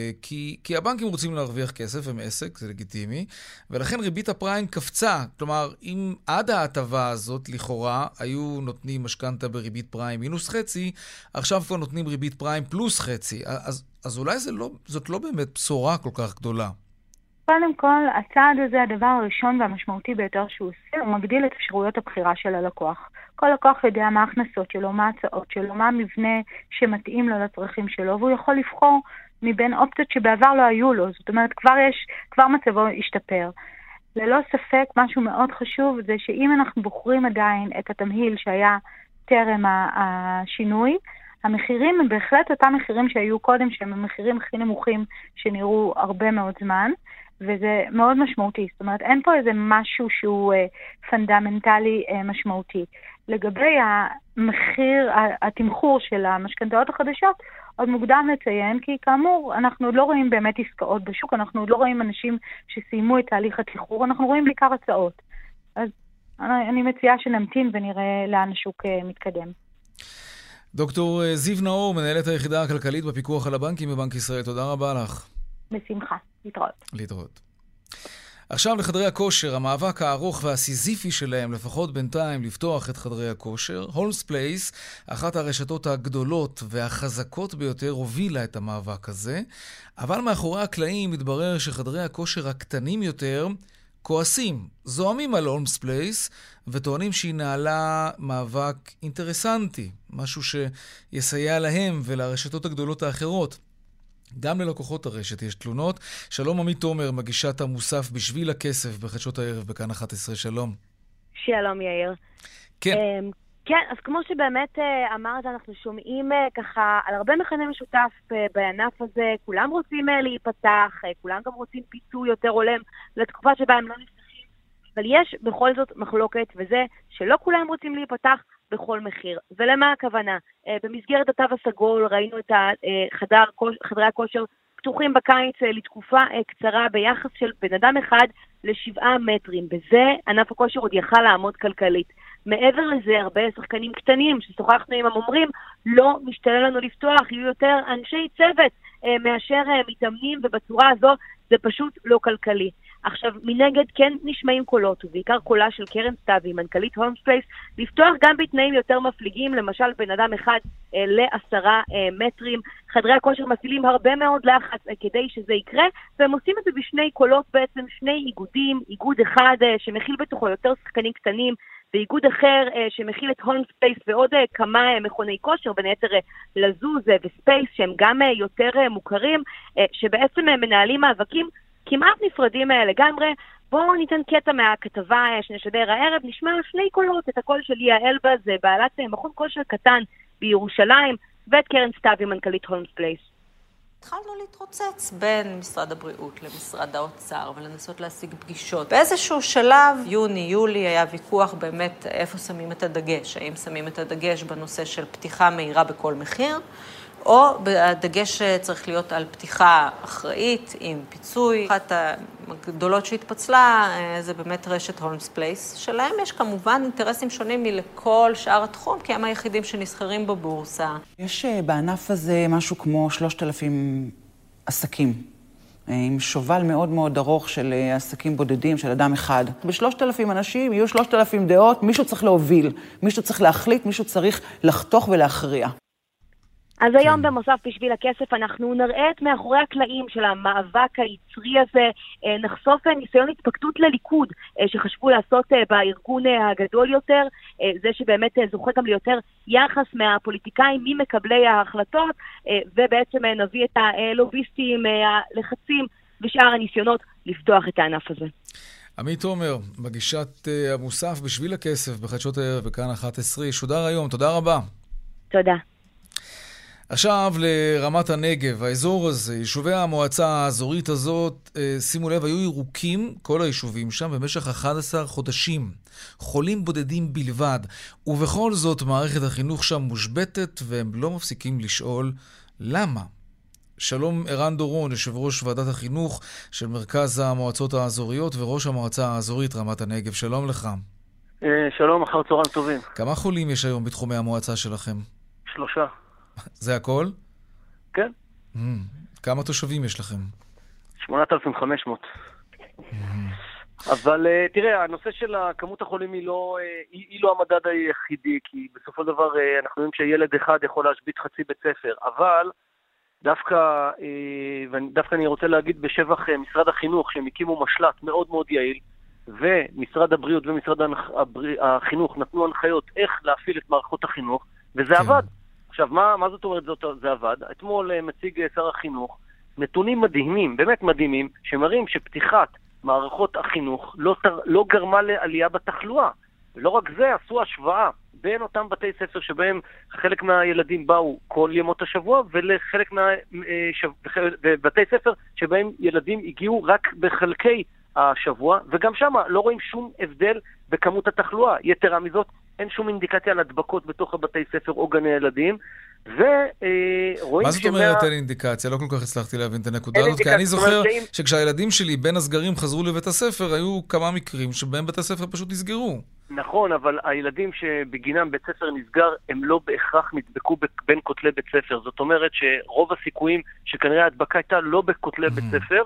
כי הבנקים רוצים להרוויח כסף, הם עסק, זה לגיטימי, ולכן ריבית הפריים קפצה. כלומר, אם עד ההטבה הזאת, לכאורה, היו נותנים משכנתה בריבית פריים מינוס חצי, עכשיו כבר נותנים ריבית פריים פלוס חצי. אז אולי זאת לא באמת בשורה כל כך גדולה. קודם כל, הצעד הזה, הדבר הראשון והמשמעותי ביותר שהוא עושה, הוא מגדיל את אפשרויות הבחירה של הלקוח. כל לקוח יודע מה ההכנסות שלו, מה ההצעות שלו, מה המבנה שמתאים לו לצרכים שלו, והוא יכול לבחור מבין אופציות שבעבר לא היו לו. זאת אומרת, כבר מצבו השתפר. ללא ספק, משהו מאוד חשוב זה שאם אנחנו בוחרים עדיין את התמהיל שהיה טרם השינוי, המחירים הם בהחלט אותם מחירים שהיו קודם, שהם המחירים הכי נמוכים שנראו הרבה מאוד זמן, וזה מאוד משמעותי. זאת אומרת, אין פה איזה משהו שהוא פונדמנטלי משמעותי. לגבי המחיר, התמחור של המשכנתאות החדשות, עוד מוקדם לציין, כי כאמור, אנחנו עוד לא רואים באמת עסקאות בשוק, אנחנו עוד לא רואים אנשים שסיימו את תהליך התמחור, אנחנו רואים בעיקר הצעות. אז אני מציעה שנמתין ונראה לאן השוק מתקדם. דוקטור זיו נאור, מנהלת היחידה הכלכלית בפיקוח על הבנקים בבנק ישראל, תודה רבה לך. בשמחה, להתראות. להתראות. עכשיו לחדרי הכושר, המאבק הארוך והסיזיפי שלהם, לפחות בינתיים, לפתוח את חדרי הכושר. הולמס פלייס, אחת הרשתות הגדולות והחזקות ביותר, הובילה את המאבק הזה, אבל מאחורי הקלעים מתברר שחדרי הכושר הקטנים יותר כועסים, זוהמים על הולמס פלייס, וטוענים שהיא נעלה מאבק אינטרסנטי, משהו שיסייע להם ולרשתות הגדולות האחרות. גם ללקוחות הרשת יש תלונות. שלום עמית תומר, מגישת המוסף בשביל הכסף בחדשות הערב בכאן 11. שלום. שלום יאיר. כן. כן, אז כמו שבאמת אמרת, אנחנו שומעים ככה על הרבה מכנה משותף בענף הזה, כולם רוצים להיפתח, כולם גם רוצים פיצוי יותר הולם לתקופה שבה הם לא נפתחים, אבל יש בכל זאת מחלוקת, וזה שלא כולם רוצים להיפתח בכל מחיר. ולמה הכוונה? במסגרת התו הסגול ראינו את חדרי הכושר פתוחים בקיץ לתקופה קצרה ביחס של בן אדם אחד ל7 מטרים. בזה ענף הכושר עוד יכל לעמוד כלכלית. מעבר לזה, הרבה שחקנים קטנים ששוחחנו עם המומרים, לא משתלם לנו לפתוח, יהיו יותר אנשי צוות מאשר מתאמנים, ובצורה הזו זה פשוט לא כלכלי. עכשיו, מנגד כן נשמעים קולות, ובעיקר קולה של קרן סטאבי, מנכ"לית הולמס פלייס, לפתוח גם בתנאים יותר מפליגים, למשל בן אדם אחד ל10 מטרים. חדרי הכושר מפעילים הרבה מאוד לחץ כדי שזה יקרה, והם עושים את זה בשני קולות בעצם, שני איגודים, איגוד אחד שמכיל בתוכו יותר שחקנים קטנים, ואיגוד אחר שמכיל את הולמס פלייס ועוד כמה מכוני כושר, בין היתר לזוז וספייס, שהם גם יותר מוכרים, שבעצם מנהלים מאבקים כמעט נפרדים לגמרי. בואו ניתן קטע מהכתבה שנשדר הערב, נשמע שני קולות, את הקול של ליה אלבז, בעלת מכון כושר קטן בירושלים, ואת קרן סטאבי, מנכ"לית הולמס פלייס. התחלנו להתרוצץ בין משרד הבריאות למשרד האוצר ולנסות להשיג פגישות. באיזשהו שלב, יוני-יולי, היה ויכוח באמת איפה שמים את הדגש. האם שמים את הדגש בנושא של פתיחה מהירה בכל מחיר, או הדגש צריך להיות על פתיחה אחראית עם פיצוי. אחת הגדולות שהתפצלה זה באמת רשת הולמס פלייס. שלהם יש כמובן אינטרסים שונים מלכל שאר התחום, כי הם היחידים שנסחרים בבורסה. יש בענף הזה משהו כמו 3,000 עסקים, עם שובל מאוד מאוד ארוך של עסקים בודדים, של אדם אחד. ב3,000 אנשים יהיו 3,000 דעות, מישהו צריך להוביל, מישהו צריך להחליט, מישהו צריך לחתוך ולהכריע. אז היום במוסף בשביל הכסף אנחנו נראה את מאחורי הקלעים של המאבק היצרי הזה, נחשוף ניסיון התפקדות לליכוד שחשבו לעשות בארגון הגדול יותר, זה שבאמת זוכה גם ליותר יחס מהפוליטיקאים ממקבלי ההחלטות, ובעצם נביא את הלוביסטים, הלחצים ושאר הניסיונות לפתוח את הענף הזה. עמית תומר, מגישת המוסף בשביל הכסף בחדשות הערב בכאן 11, שודר היום, תודה רבה. תודה. עכשיו לרמת הנגב, האזור הזה, יישובי המועצה האזורית הזאת, שימו לב, היו ירוקים, כל היישובים שם, במשך 11 חודשים. חולים בודדים בלבד, ובכל זאת מערכת החינוך שם מושבטת, והם לא מפסיקים לשאול למה. שלום ערן דורון, יושב ראש ועדת החינוך של מרכז המועצות האזוריות וראש המועצה האזורית רמת הנגב. שלום לך. שלום, אחר צהריים טובים. כמה חולים יש היום בתחומי המועצה שלכם? 3. זה הכל? כן. כמה תושבים יש לכם? 8,500. אבל תראה, הנושא של כמות החולים היא לא המדד היחידי, כי בסופו של דבר אנחנו יודעים שילד אחד יכול להשבית חצי בית ספר, אבל דווקא אני רוצה להגיד בשבח משרד החינוך, שהם הקימו משלט מאוד מאוד יעיל, ומשרד הבריאות ומשרד החינוך נתנו הנחיות איך להפעיל את מערכות החינוך, וזה עבד. עכשיו, מה זאת אומרת זה עבד? אתמול מציג שר החינוך נתונים מדהימים, באמת מדהימים, שמראים שפתיחת מערכות החינוך לא גרמה לעלייה בתחלואה. ולא רק זה, עשו השוואה בין אותם בתי ספר שבהם חלק מהילדים באו כל ימות השבוע, ולחלק בתי ספר שבהם ילדים הגיעו רק בחלקי השבוע, וגם שם לא רואים שום הבדל בכמות התחלואה. יתרה מזאת, אין שום אינדיקציה על הדבקות בתוך הבתי ספר או גני ילדים, ורואים מה זאת אומרת אין אינדיקציה? לא כל כך הצלחתי להבין את הנקודה הזאת, כי אני זוכר שכשהילדים שלי בין הסגרים חזרו לבית הספר, היו כמה מקרים שבהם בית הספר פשוט נסגרו. נכון, אבל הילדים שבגינם בית ספר נסגר, הם לא בהכרח נדבקו בין כותלי בית ספר. זאת אומרת שרוב הסיכויים שכנראה ההדבקה הייתה לא בכותלי בית ספר,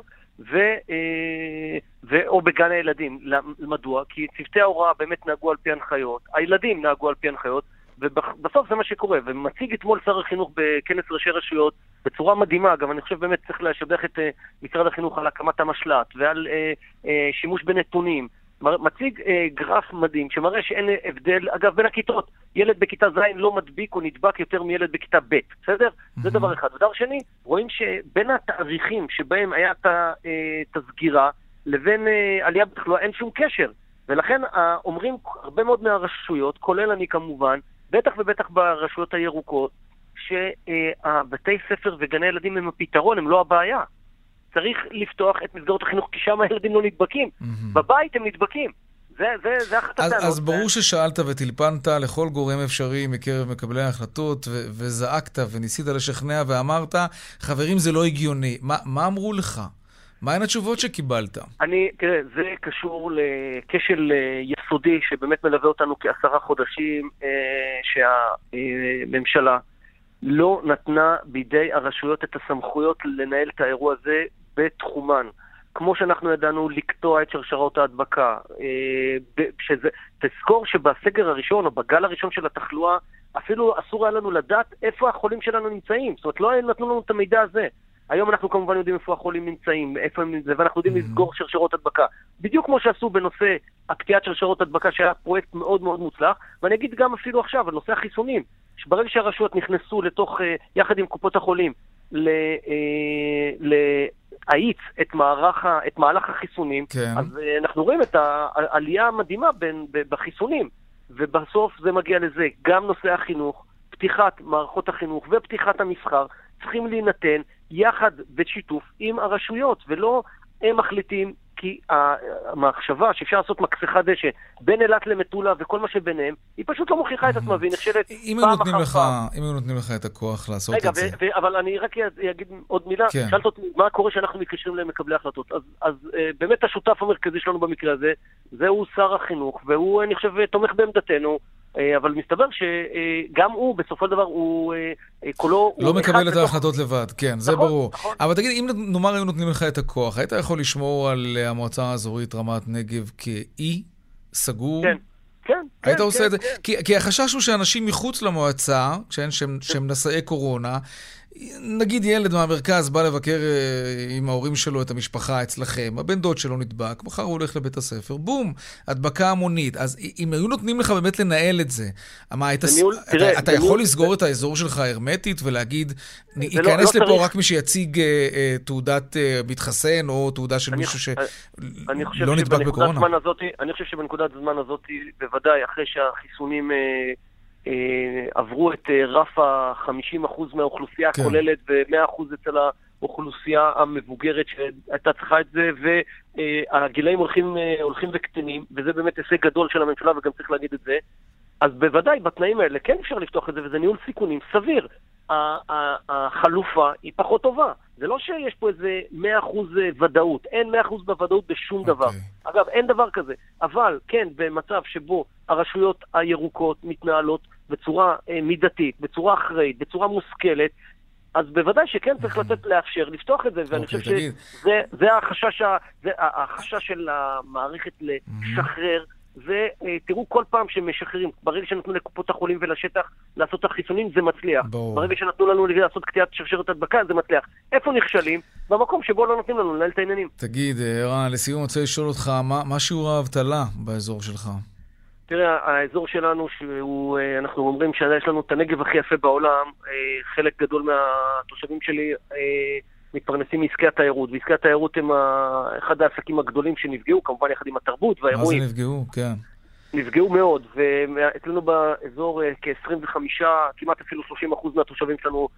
או בגן הילדים. מדוע? כי צוותי ההוראה באמת נהגו על פי הנחיות, הילדים נהגו על פי הנחיות, ובסוף זה מה שקורה. ומציג אתמול שר החינוך בכנס ראשי רשויות בצורה מדהימה. גם אני חושב באמת צריך לשבח את משרד החינוך על הקמת המשלט ועל שימוש בנתונים. מציג גרף מדהים שמראה שאין הבדל, אגב, בין הכיתות. ילד בכיתה ז' לא מדביק או נדבק יותר מילד בכיתה ב', בסדר? זה דבר אחד. ודבר שני, רואים שבין התאריכים שבהם היה את הסגירה לבין עלייה בתחלואה אין שום קשר. ולכן אומרים הרבה מאוד מהרשויות, כולל אני כמובן, בטח ובטח ברשויות הירוקות, שהבתי ספר וגני ילדים הם הפתרון, הם לא הבעיה. צריך לפתוח את מסגרות החינוך, כי שם הילדים לא נדבקים. בבית הם נדבקים. זה אחת הטענות. אז ברור ששאלת וטלפנת לכל גורם אפשרי מקרב מקבלי ההחלטות, וזעקת וניסית לשכנע ואמרת, חברים, זה לא הגיוני. מה אמרו לך? מה הן התשובות שקיבלת? תראה, זה קשור לכשל יסודי שבאמת מלווה אותנו כ10 חודשים, שהממשלה לא נתנה בידי הרשויות את הסמכויות לנהל את האירוע הזה בתחומן. כמו שאנחנו ידענו לקטוע את שרשרות ההדבקה. תזכור שבסגר הראשון או בגל הראשון של התחלואה, אפילו אסור היה לנו לדעת איפה החולים שלנו נמצאים. זאת אומרת, לא נתנו לנו את המידע הזה. היום אנחנו כמובן יודעים איפה החולים נמצאים, איפה הם נמצאים, ואנחנו יודעים לסגור שרשרות הדבקה. בדיוק כמו שעשו בנושא הקטיעת שרשרות הדבקה, שהיה פרויקט מאוד מאוד מוצלח, ואני אגיד גם אפילו עכשיו, על נושא החיסונים, שברגע שהרשויות נכנסו לתוך, יחד עם קופות החולים, להאיץ את מהלך החיסונים, כן. אז אנחנו רואים את העלייה המדהימה בחיסונים, ובסוף זה מגיע לזה, גם נושא החינוך, פתיחת מערכות החינוך ופתיחת המסחר, צריכים להינתן יחד בשיתוף עם הרשויות, ולא הם מחליטים, כי המחשבה שאפשר לעשות מקסחה דשא בין אילת למטולה וכל מה שביניהם, היא פשוט לא מוכיחה את עצמה, והיא נכשלת פעם אחר פעם. אם הם נותנים לך את הכוח לעשות את זה. אבל אני רק אגיד עוד מילה, שאלת אותי מה קורה שאנחנו מתקשרים למקבלי החלטות. אז באמת השותף המרכזי שלנו במקרה הזה, זהו שר החינוך, והוא, אני חושב, תומך בעמדתנו, אבל מסתבר שגם הוא, בסופו של דבר, הוא קולו... לא מקבל את ההחלטות לבד, כן, זה ברור. אבל תגיד, אם נאמר היו נותנים לך את הכוח, היית יכול לשמור על המועצה האזורית רמת נגב כאי סגור? כן. כן, היית עושה את זה? כי החשש הוא שאנשים מחוץ למועצה, שהם נשאי קורונה, נגיד ילד מהמרכז בא לבקר עם ההורים שלו את המשפחה אצלכם, הבן דוד שלו נדבק, מחר הוא הולך לבית הספר, בום, הדבקה המונית. אז אם היו נותנים לך באמת לנהל את זה, אתה יכול לסגור את האזור שלך הרמטית ולהגיד, ייכנס לפה רק מי שיציג תעודת מתחסן או תעודה של מישהו שלא נדבק בקורונה? אני חושב שבנקודת הזמן הזאת, בוודאי, אחרי שהחיסונים עברו את רף ה-50% מהאוכלוסייה הכוללת ו-100% אצל האוכלוסייה המבוגרת שהייתה צריכה את זה, והגילאים הולכים וקטנים, וזה באמת הישג גדול של הממשלה, וגם צריך להגיד את זה. אז בוודאי, בתנאים האלה כן אפשר לפתוח את זה, וזה ניהול סיכונים סביר. החלופה היא פחות טובה. זה לא שיש פה איזה 100% ודאות. אין 100% בוודאות בשום דבר. אגב, אין דבר כזה. אבל כן, במצב שבו הרשויות הירוקות מתנהלות בצורה מידתית, בצורה אחראית, בצורה מושכלת, אז בוודאי שכן צריך לאפשר לפתוח את זה, ואני חושב שזה החשש של המערכת לשחרר, ותראו כל פעם שמשחררים, ברגע שנתנו לקופות החולים ולשטח לעשות את החיסונים, זה מצליח. ברגע שנתנו לנו לעשות קטיעת שרשרת הדבקה, זה מצליח. איפה נכשלים? במקום שבו לא נותנים לנו לנהל את העניינים. תגיד, ערן, לסיום רוצה לשאול אותך, מה שיעור האבטלה באזור שלך? תראה, האזור שלנו, אנחנו אומרים שיש לנו את הנגב הכי יפה בעולם, חלק גדול מהתושבים שלי מתפרנסים מעסקי התיירות, ועסקי התיירות הם אחד העסקים הגדולים שנפגעו, כמובן יחד עם התרבות והאירועים. מה זה נפגעו? כן. נפגעו מאוד, ואצלנו באזור כ-25, כמעט אפילו 30% מהתושבים שלנו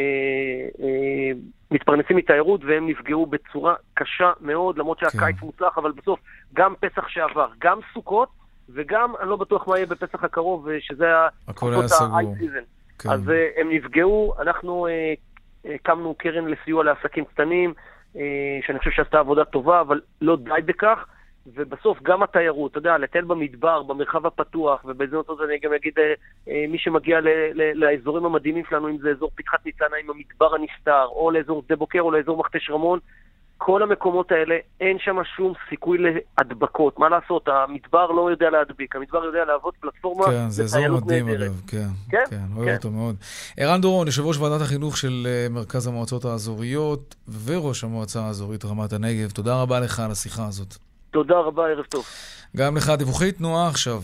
מתפרנסים מתיירות, והם נפגעו בצורה קשה מאוד, למרות שהקיץ מוצלח, אבל בסוף גם פסח שעבר, גם סוכות, וגם אני לא בטוח מה יהיה בפסח הקרוב, שזה ה-high season. אז הם נפגעו, אנחנו הקמנו קרן לסיוע לעסקים קטנים, שאני חושב שעשתה עבודה טובה, אבל לא די בכך, ובסוף גם התיירות, אתה יודע, לטייל במדבר, במרחב הפתוח, ובזאת הזאת אני גם אגיד, מי שמגיע לאזורים המדהימים שלנו, אם זה אזור פתחת ניצנה עם המדבר הנסתר, או לאזור שדה בוקר, או לאזור מכתש רמון, כל המקומות האלה, אין שם שום סיכוי להדבקות. מה לעשות? המדבר לא יודע להדביק, המדבר יודע לעבוד פלטפורמה. כן, זה אזור מדהים אגב, כן, אוהב אותו מאוד. ערן דורון, יושב ראש ועדת החינוך של מרכז המועצות האזוריות, וראש המועצה האזורית רמת הנגב, תודה רבה לך על השיחה הזאת. תודה רבה, ערב טוב. גם לך, דיווחי תנועה עכשיו.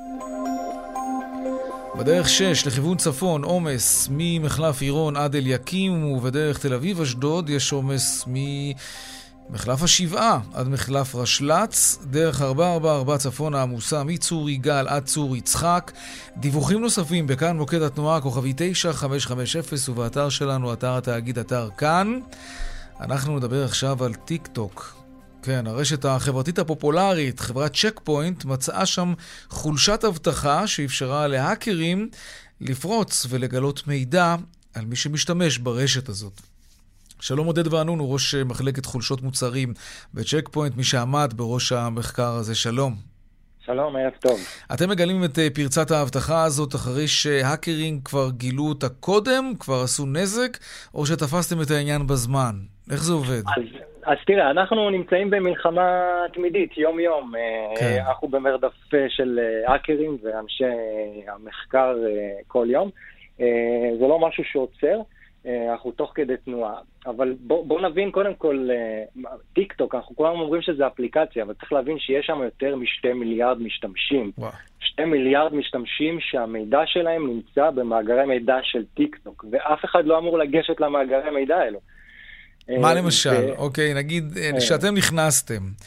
בדרך 6 לכיוון צפון עומס ממחלף עירון עד אליקים, ובדרך תל אביב אשדוד יש עומס ממחלף השבעה עד מחלף רשל"צ, דרך 444 צפון העמוסה מצור יגאל עד צור יצחק. דיווחים נוספים בכאן מוקד התנועה כוכבי 9550 ובאתר שלנו, אתר התאגיד, אתר כאן. אנחנו נדבר עכשיו על טיק טוק. כן, הרשת החברתית הפופולרית, חברת צ'ק פוינט, מצאה שם חולשת אבטחה שאפשרה להאקרים לפרוץ ולגלות מידע על מי שמשתמש ברשת הזאת. שלום עודד וענון, הוא ראש מחלקת חולשות מוצרים בצ'ק פוינט, מי שעמד בראש המחקר הזה. שלום. שלום, ערב טוב. אתם מגלים את פרצת האבטחה הזאת אחרי שהאקרים כבר גילו אותה קודם, כבר עשו נזק, או שתפסתם את העניין בזמן? איך זה עובד? אז תראה, אנחנו נמצאים במלחמה תמידית, יום-יום. כן. אנחנו במרדף של האקרים ואנשי המחקר כל יום. זה לא משהו שעוצר, אנחנו תוך כדי תנועה. אבל בוא נבין קודם כל, טיק טוק, אנחנו כולם אומרים שזה אפליקציה, אבל צריך להבין שיש שם יותר מ2 מיליארד משתמשים. 2 מיליארד משתמשים שהמידע שלהם נמצא במאגרי מידע של טיק טוק, ואף אחד לא אמור לגשת למאגרי מידע האלו. מה למשל? אוקיי, נגיד שאתם נכנסתם,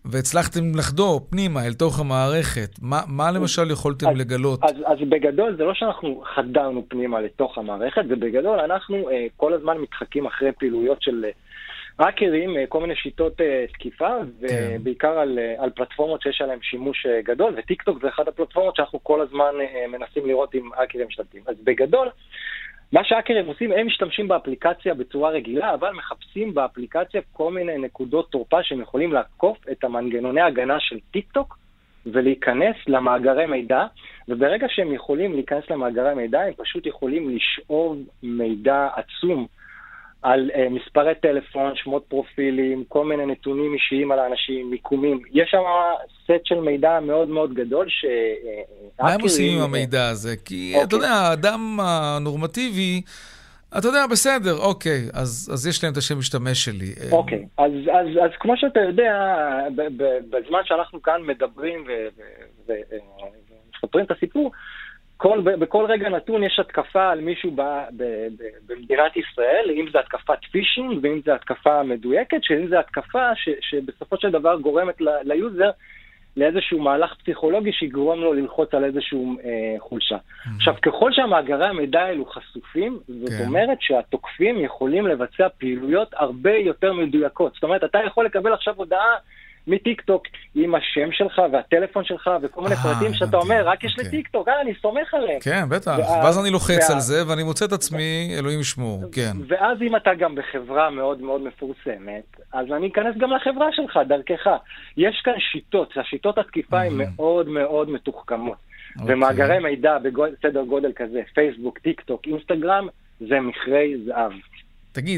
והצלחתם לחדור פנימה אל תוך המערכת. מה למשל יכולתם לגלות? אז בגדול זה לא שאנחנו חדרנו פנימה לתוך המערכת, ובגדול אנחנו כל הזמן מתחקים אחרי פעילויות של האקרים, כל מיני שיטות תקיפה, ובעיקר על פלטפורמות שיש עליהן שימוש גדול, וטיקטוק זה אחת הפלטפורמות שאנחנו כל הזמן מנסים לראות אם האקרים משתלטים. אז בגדול, מה שהאקרים עושים, הם משתמשים באפליקציה בצורה רגילה, אבל מחפשים באפליקציה כל מיני נקודות תורפה שהם יכולים לעקוף את המנגנוני ההגנה של טיקטוק, ולהיכנס למאגרי מידע, וברגע שהם יכולים להיכנס למאגרי מידע, הם פשוט יכולים לשאוב מידע עצום על מספרי טלפון, שמות פרופילים, כל מיני נתונים אישיים על האנשים, מיקומים. יש שם סט של מידע מאוד מאוד גדול מה הם עושים עם המידע הזה? כי אתה יודע, האדם הנורמטיבי, אתה יודע, בסדר, אוקיי, אז יש להם את השם משתמש שלי. אוקיי, אז כמו שאתה יודע, בזמן שאנחנו כאן מדברים ומספרים את הסיפור, בכל רגע נתון יש התקפה על מישהו במדינת ישראל, אם זה התקפת פישינג ואם זה התקפה מדויקת, שאם זה התקפה שבסופו של דבר גורמת ליוזר לאיזשהו מהלך פסיכולוגי שיגרום לו ללחוץ על איזשהו חולשה. עכשיו, ככל שהמאגרי המידע האלו חשופים, זאת אומרת שהתוקפים יכולים לבצע פעילויות הרבה יותר מדויקות. זאת אומרת, אתה יכול לקבל עכשיו הודעה מטיקטוק עם השם שלך והטלפון שלך וכל מיני פרטים שאתה אומר, רק יש לי טיקטוק, אני סומך עליהם. כן, בטח. ואז אני לוחץ על זה ואני מוצא את עצמי, אלוהים ישמור, כן. ואז אם אתה גם בחברה מאוד מאוד מפורסמת, אז אני אכנס גם לחברה שלך, דרכך. יש כאן שיטות, השיטות התקיפה הן מאוד מאוד מתוחכמות. ומאגרי מידע בסדר גודל כזה, פייסבוק, טיקטוק, אינסטגרם, זה מכרי זהב. תגיד,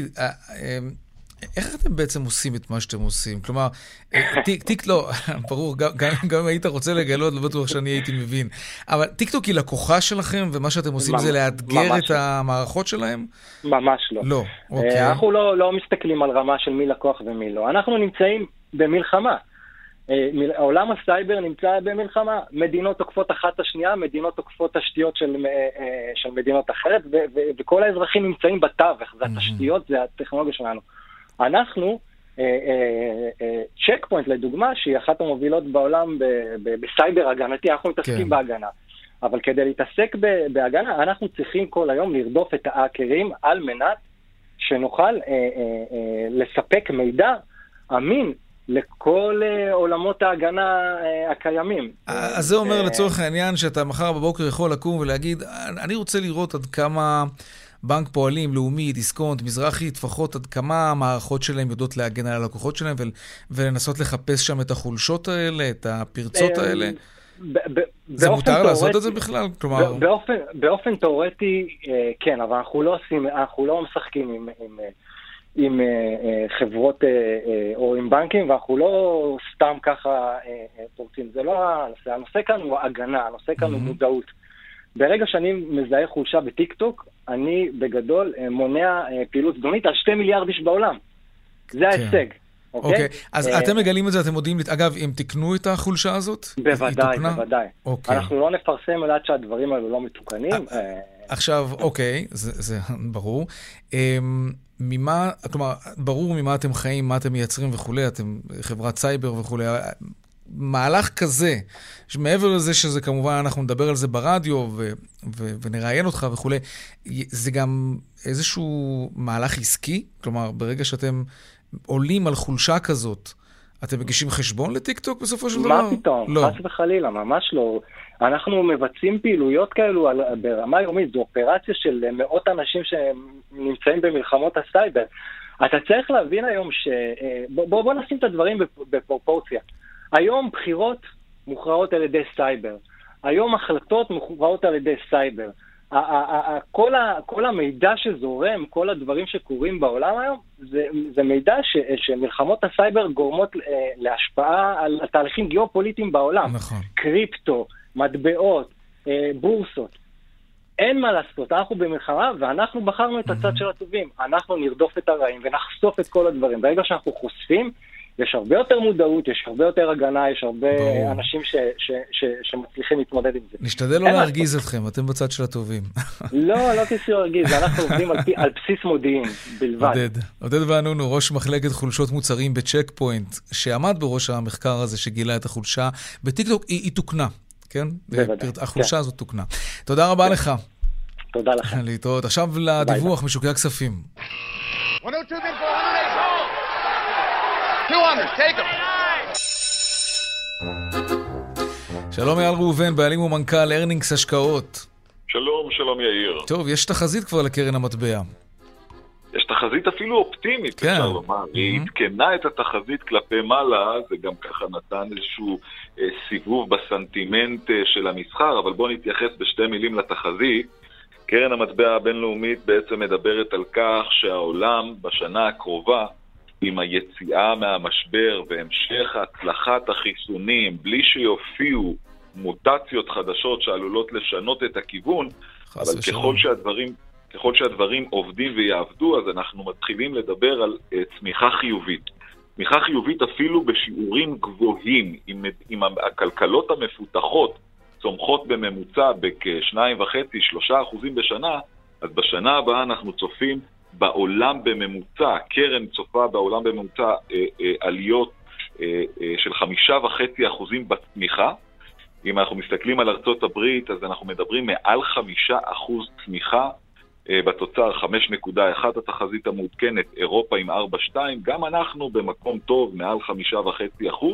איך אתם בעצם עושים את מה שאתם עושים? כלומר, לא, ברור, גם אם היית רוצה לגלות, לא בטוח שאני הייתי מבין. אבל טיקטוק היא לקוחה שלכם, ומה שאתם עושים זה לאתגר את המערכות שלהם? ממש לא. לא, אוקיי. אנחנו לא מסתכלים על רמה של מי לקוח ומי לא. אנחנו נמצאים במלחמה. עולם הסייבר נמצא במלחמה. מדינות תוקפות אחת השנייה, מדינות תוקפות תשתיות של מדינות אחרת, וכל האזרחים נמצאים בתווך. זה התשתיות, זה הטכנולוגיה שלנו. אנחנו, צ'ק פוינט לדוגמה, שהיא אחת המובילות בעולם בסייבר הגנתי, אנחנו מתעסקים בהגנה. אבל כדי להתעסק בהגנה, אנחנו צריכים כל היום לרדוף את האקרים על מנת שנוכל לספק מידע אמין לכל עולמות ההגנה הקיימים. אז זה אומר לצורך העניין שאתה מחר בבוקר יכול לקום ולהגיד, אני רוצה לראות עד כמה בנק פועלים, לאומי, דיסקונט, מזרחי, טפחות, עד כמה המערכות שלהם יודעות להגן על הלקוחות שלהם ולנסות לחפש שם את החולשות האלה, את הפרצות האלה? זה מותר לעשות את זה בכלל? באופן תיאורטי, כן, אבל אנחנו לא משחקים עם חברות או עם בנקים, ואנחנו לא סתם ככה פורצים. זה לא הנושא. הנושא כאן הוא הגנה, הנושא כאן הוא מודעות. ברגע שאני מזהה חולשה בטיקטוק, אני בגדול מונע פעילות זדונית על 2 מיליארד איש בעולם. זה ההישג. אוקיי. אז אתם מגלים את זה, אתם יודעים, אגב, אם תקנו את החולשה הזאת? בוודאי, בוודאי. אנחנו לא נפרסם עד שהדברים האלו לא מתוקנים. עכשיו, אוקיי, זה ברור. ממה, כלומר, ברור ממה אתם חיים, מה אתם מייצרים וכולי, אתם חברת סייבר וכולי. מהלך כזה, שמעבר לזה שזה כמובן, אנחנו נדבר על זה ברדיו ונראיין אותך וכולי, זה גם איזשהו מהלך עסקי? כלומר, ברגע שאתם עולים על חולשה כזאת, אתם מגישים חשבון לטיקטוק בסופו של דבר? מה פתאום? לא. חס וחלילה, ממש לא. אנחנו מבצעים פעילויות כאלו ברמה יומית, זו אופרציה של מאות אנשים שנמצאים במלחמות הסייבר. אתה צריך להבין היום בוא נשים את הדברים בפרופורציה. היום בחירות מוכרעות על ידי סייבר. היום החלטות מוכרעות על ידי סייבר. כל המידע שזורם, כל הדברים שקורים בעולם היום, זה מידע שמלחמות הסייבר גורמות להשפעה על תהליכים גיאופוליטיים בעולם. נכון. קריפטו, מטבעות, בורסות. אין מה לעשות, אנחנו במלחמה ואנחנו בחרנו את הצד של הטובים. אנחנו נרדוף את הרעים ונחשוף את כל הדברים. ברגע שאנחנו חושפים, יש הרבה יותר מודעות, יש הרבה יותר הגנה, יש הרבה אנשים שמצליחים להתמודד עם זה. נשתדל לא להרגיז אתכם, אתם בצד של הטובים. לא תנסו להרגיז, אנחנו עובדים על בסיס מודיעין בלבד. עודד וענונו, ראש מחלקת חולשות מוצרים בצ'ק פוינט, שעמד בראש המחקר הזה שגילה את החולשה, בטיקטוק היא תוקנה, כן? החולשה הזאת תוקנה. תודה רבה לך. תודה לכם. להתראות. עכשיו לדיווח משוקי הכספים. 102 200, take them. שלום אייל ראובן, בעלים ומנכ"ל ארנינגס השקעות. שלום יאיר. טוב, יש תחזית כבר לקרן המטבע. יש תחזית אפילו אופטימית, כן. אפשר לומר. היא התקנה את התחזית כלפי מעלה, זה גם ככה נתן איזשהו סיבוב בסנטימנט של המסחר, אבל בואו נתייחס בשתי מילים לתחזית. קרן המטבע הבינלאומית בעצם מדברת על כך שהעולם בשנה הקרובה, עם היציאה מהמשבר והמשך הצלחת החיסונים, בלי שיופיעו מוטציות חדשות שעלולות לשנות את הכיוון, אבל ככל שהדברים עובדים ויעבדו, אז אנחנו מתחילים לדבר על צמיחה חיובית. צמיחה חיובית אפילו בשיעורים גבוהים, עם הכלכלות המפותחות צומחות בממוצע בכ2.5-3% בשנה, אז בשנה הבאה אנחנו צופים בעולם בממוצע, קרן צופה בעולם בממוצע עליות של 5.5% בצמיחה. אם אנחנו מסתכלים על ארצות הברית, אז אנחנו מדברים מעל 5% צמיחה בתוצר, 5.1 התחזית המעודכנת, אירופה עם 4.2, גם אנחנו במקום טוב מעל 5.5%,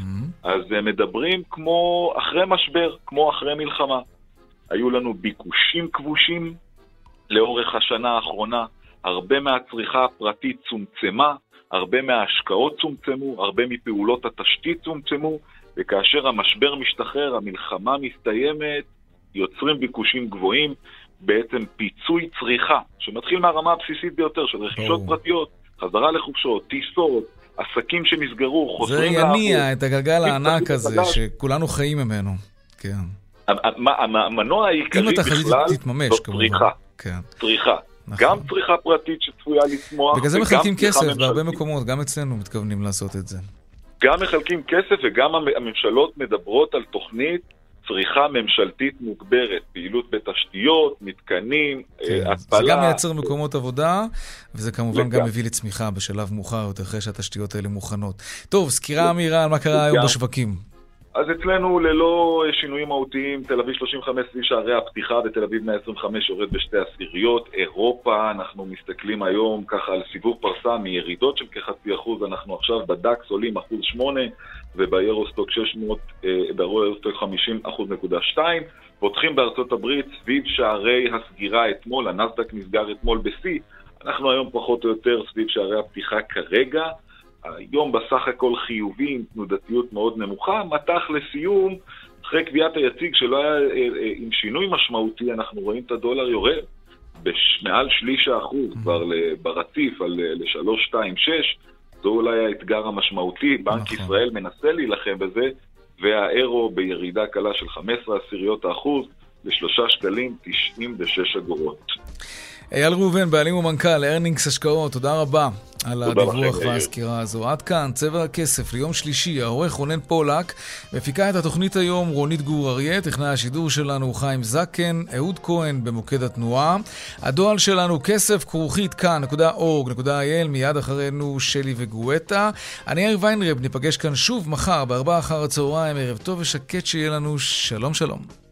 אז מדברים כמו אחרי משבר, כמו אחרי מלחמה. היו לנו ביקושים כבושים לאורך השנה האחרונה, הרבה מהצריכה הפרטית צומצמה, הרבה מההשקעות צומצמו, הרבה מפעולות התשתית צומצמו, וכאשר המשבר משתחרר, המלחמה מסתיימת, יוצרים ביקושים גבוהים, בעצם פיצוי צריכה, שמתחיל מהרמה הבסיסית ביותר של רכישות פרטיות, חזרה לחופשות, טיסות, עסקים שנסגרו, חוזרים לעבוד. זה יניע את הגלגל הענק הזה שכולנו חיים ממנו. כן. המנוע העיקרי בכלל זאת צריכה. צריכה. גם צריכה פרטית שצפויה לצמוח. בגלל זה מחלקים כסף בהרבה מקומות, גם אצלנו מתכוונים לעשות את זה. גם מחלקים כסף וגם הממשלות מדברות על תוכנית צריכה ממשלתית מוגברת, פעילות בתשתיות, מתקנים, התפלה. זה גם מייצר מקומות עבודה, וזה כמובן גם מביא לצמיחה בשלב מאוחר יותר, אחרי שהתשתיות האלה מוכנות. טוב, סקירה מהירה על מה קרה היום בשווקים. אז אצלנו ללא שינויים מהותיים, תל אביב 35 סביב שערי הפתיחה, בתל אביב 125 יורד בשתי עשיריות. אירופה, אנחנו מסתכלים היום ככה על סיבוב פרסה מירידות של כ0.5%, אנחנו עכשיו בדקס עולים 1.8%, וביורוסטוק 600, ביורוסטוק 50.2%. פותחים בארצות הברית סביב שערי הסגירה אתמול, הנסדק נסגר אתמול בשיא, אנחנו היום פחות או יותר סביב שערי הפתיחה כרגע, היום בסך הכל חיובי עם תנודתיות מאוד נמוכה, מתח לסיום, אחרי קביעת היציג שלא היה עם שינוי משמעותי, אנחנו רואים את הדולר יורד במעל 0.3% כבר ברציף על ל-3.26, זו אולי האתגר המשמעותי, בנק ישראל מנסה להילחם בזה, והאירו בירידה קלה של 15% ל$3.96. אייל ראובן, בעלים ומנכ"ל ארנינגס השקעות, תודה רבה על הדיווח והסקירה הזו. עד כאן צבע הכסף ליום שלישי, העורך רונן פולק, מפיקה את התוכנית היום רונית גור אריה, טכנאי השידור שלנו חיים זקן, אהוד כהן במוקד התנועה, הדואל שלנו כסף@כאן.org.il, מיד אחרינו שלי וגואטה. אני יאיר ויינרב, ניפגש כאן שוב מחר ב4 אחר הצהריים, ערב טוב ושקט שיהיה לנו, שלום שלום.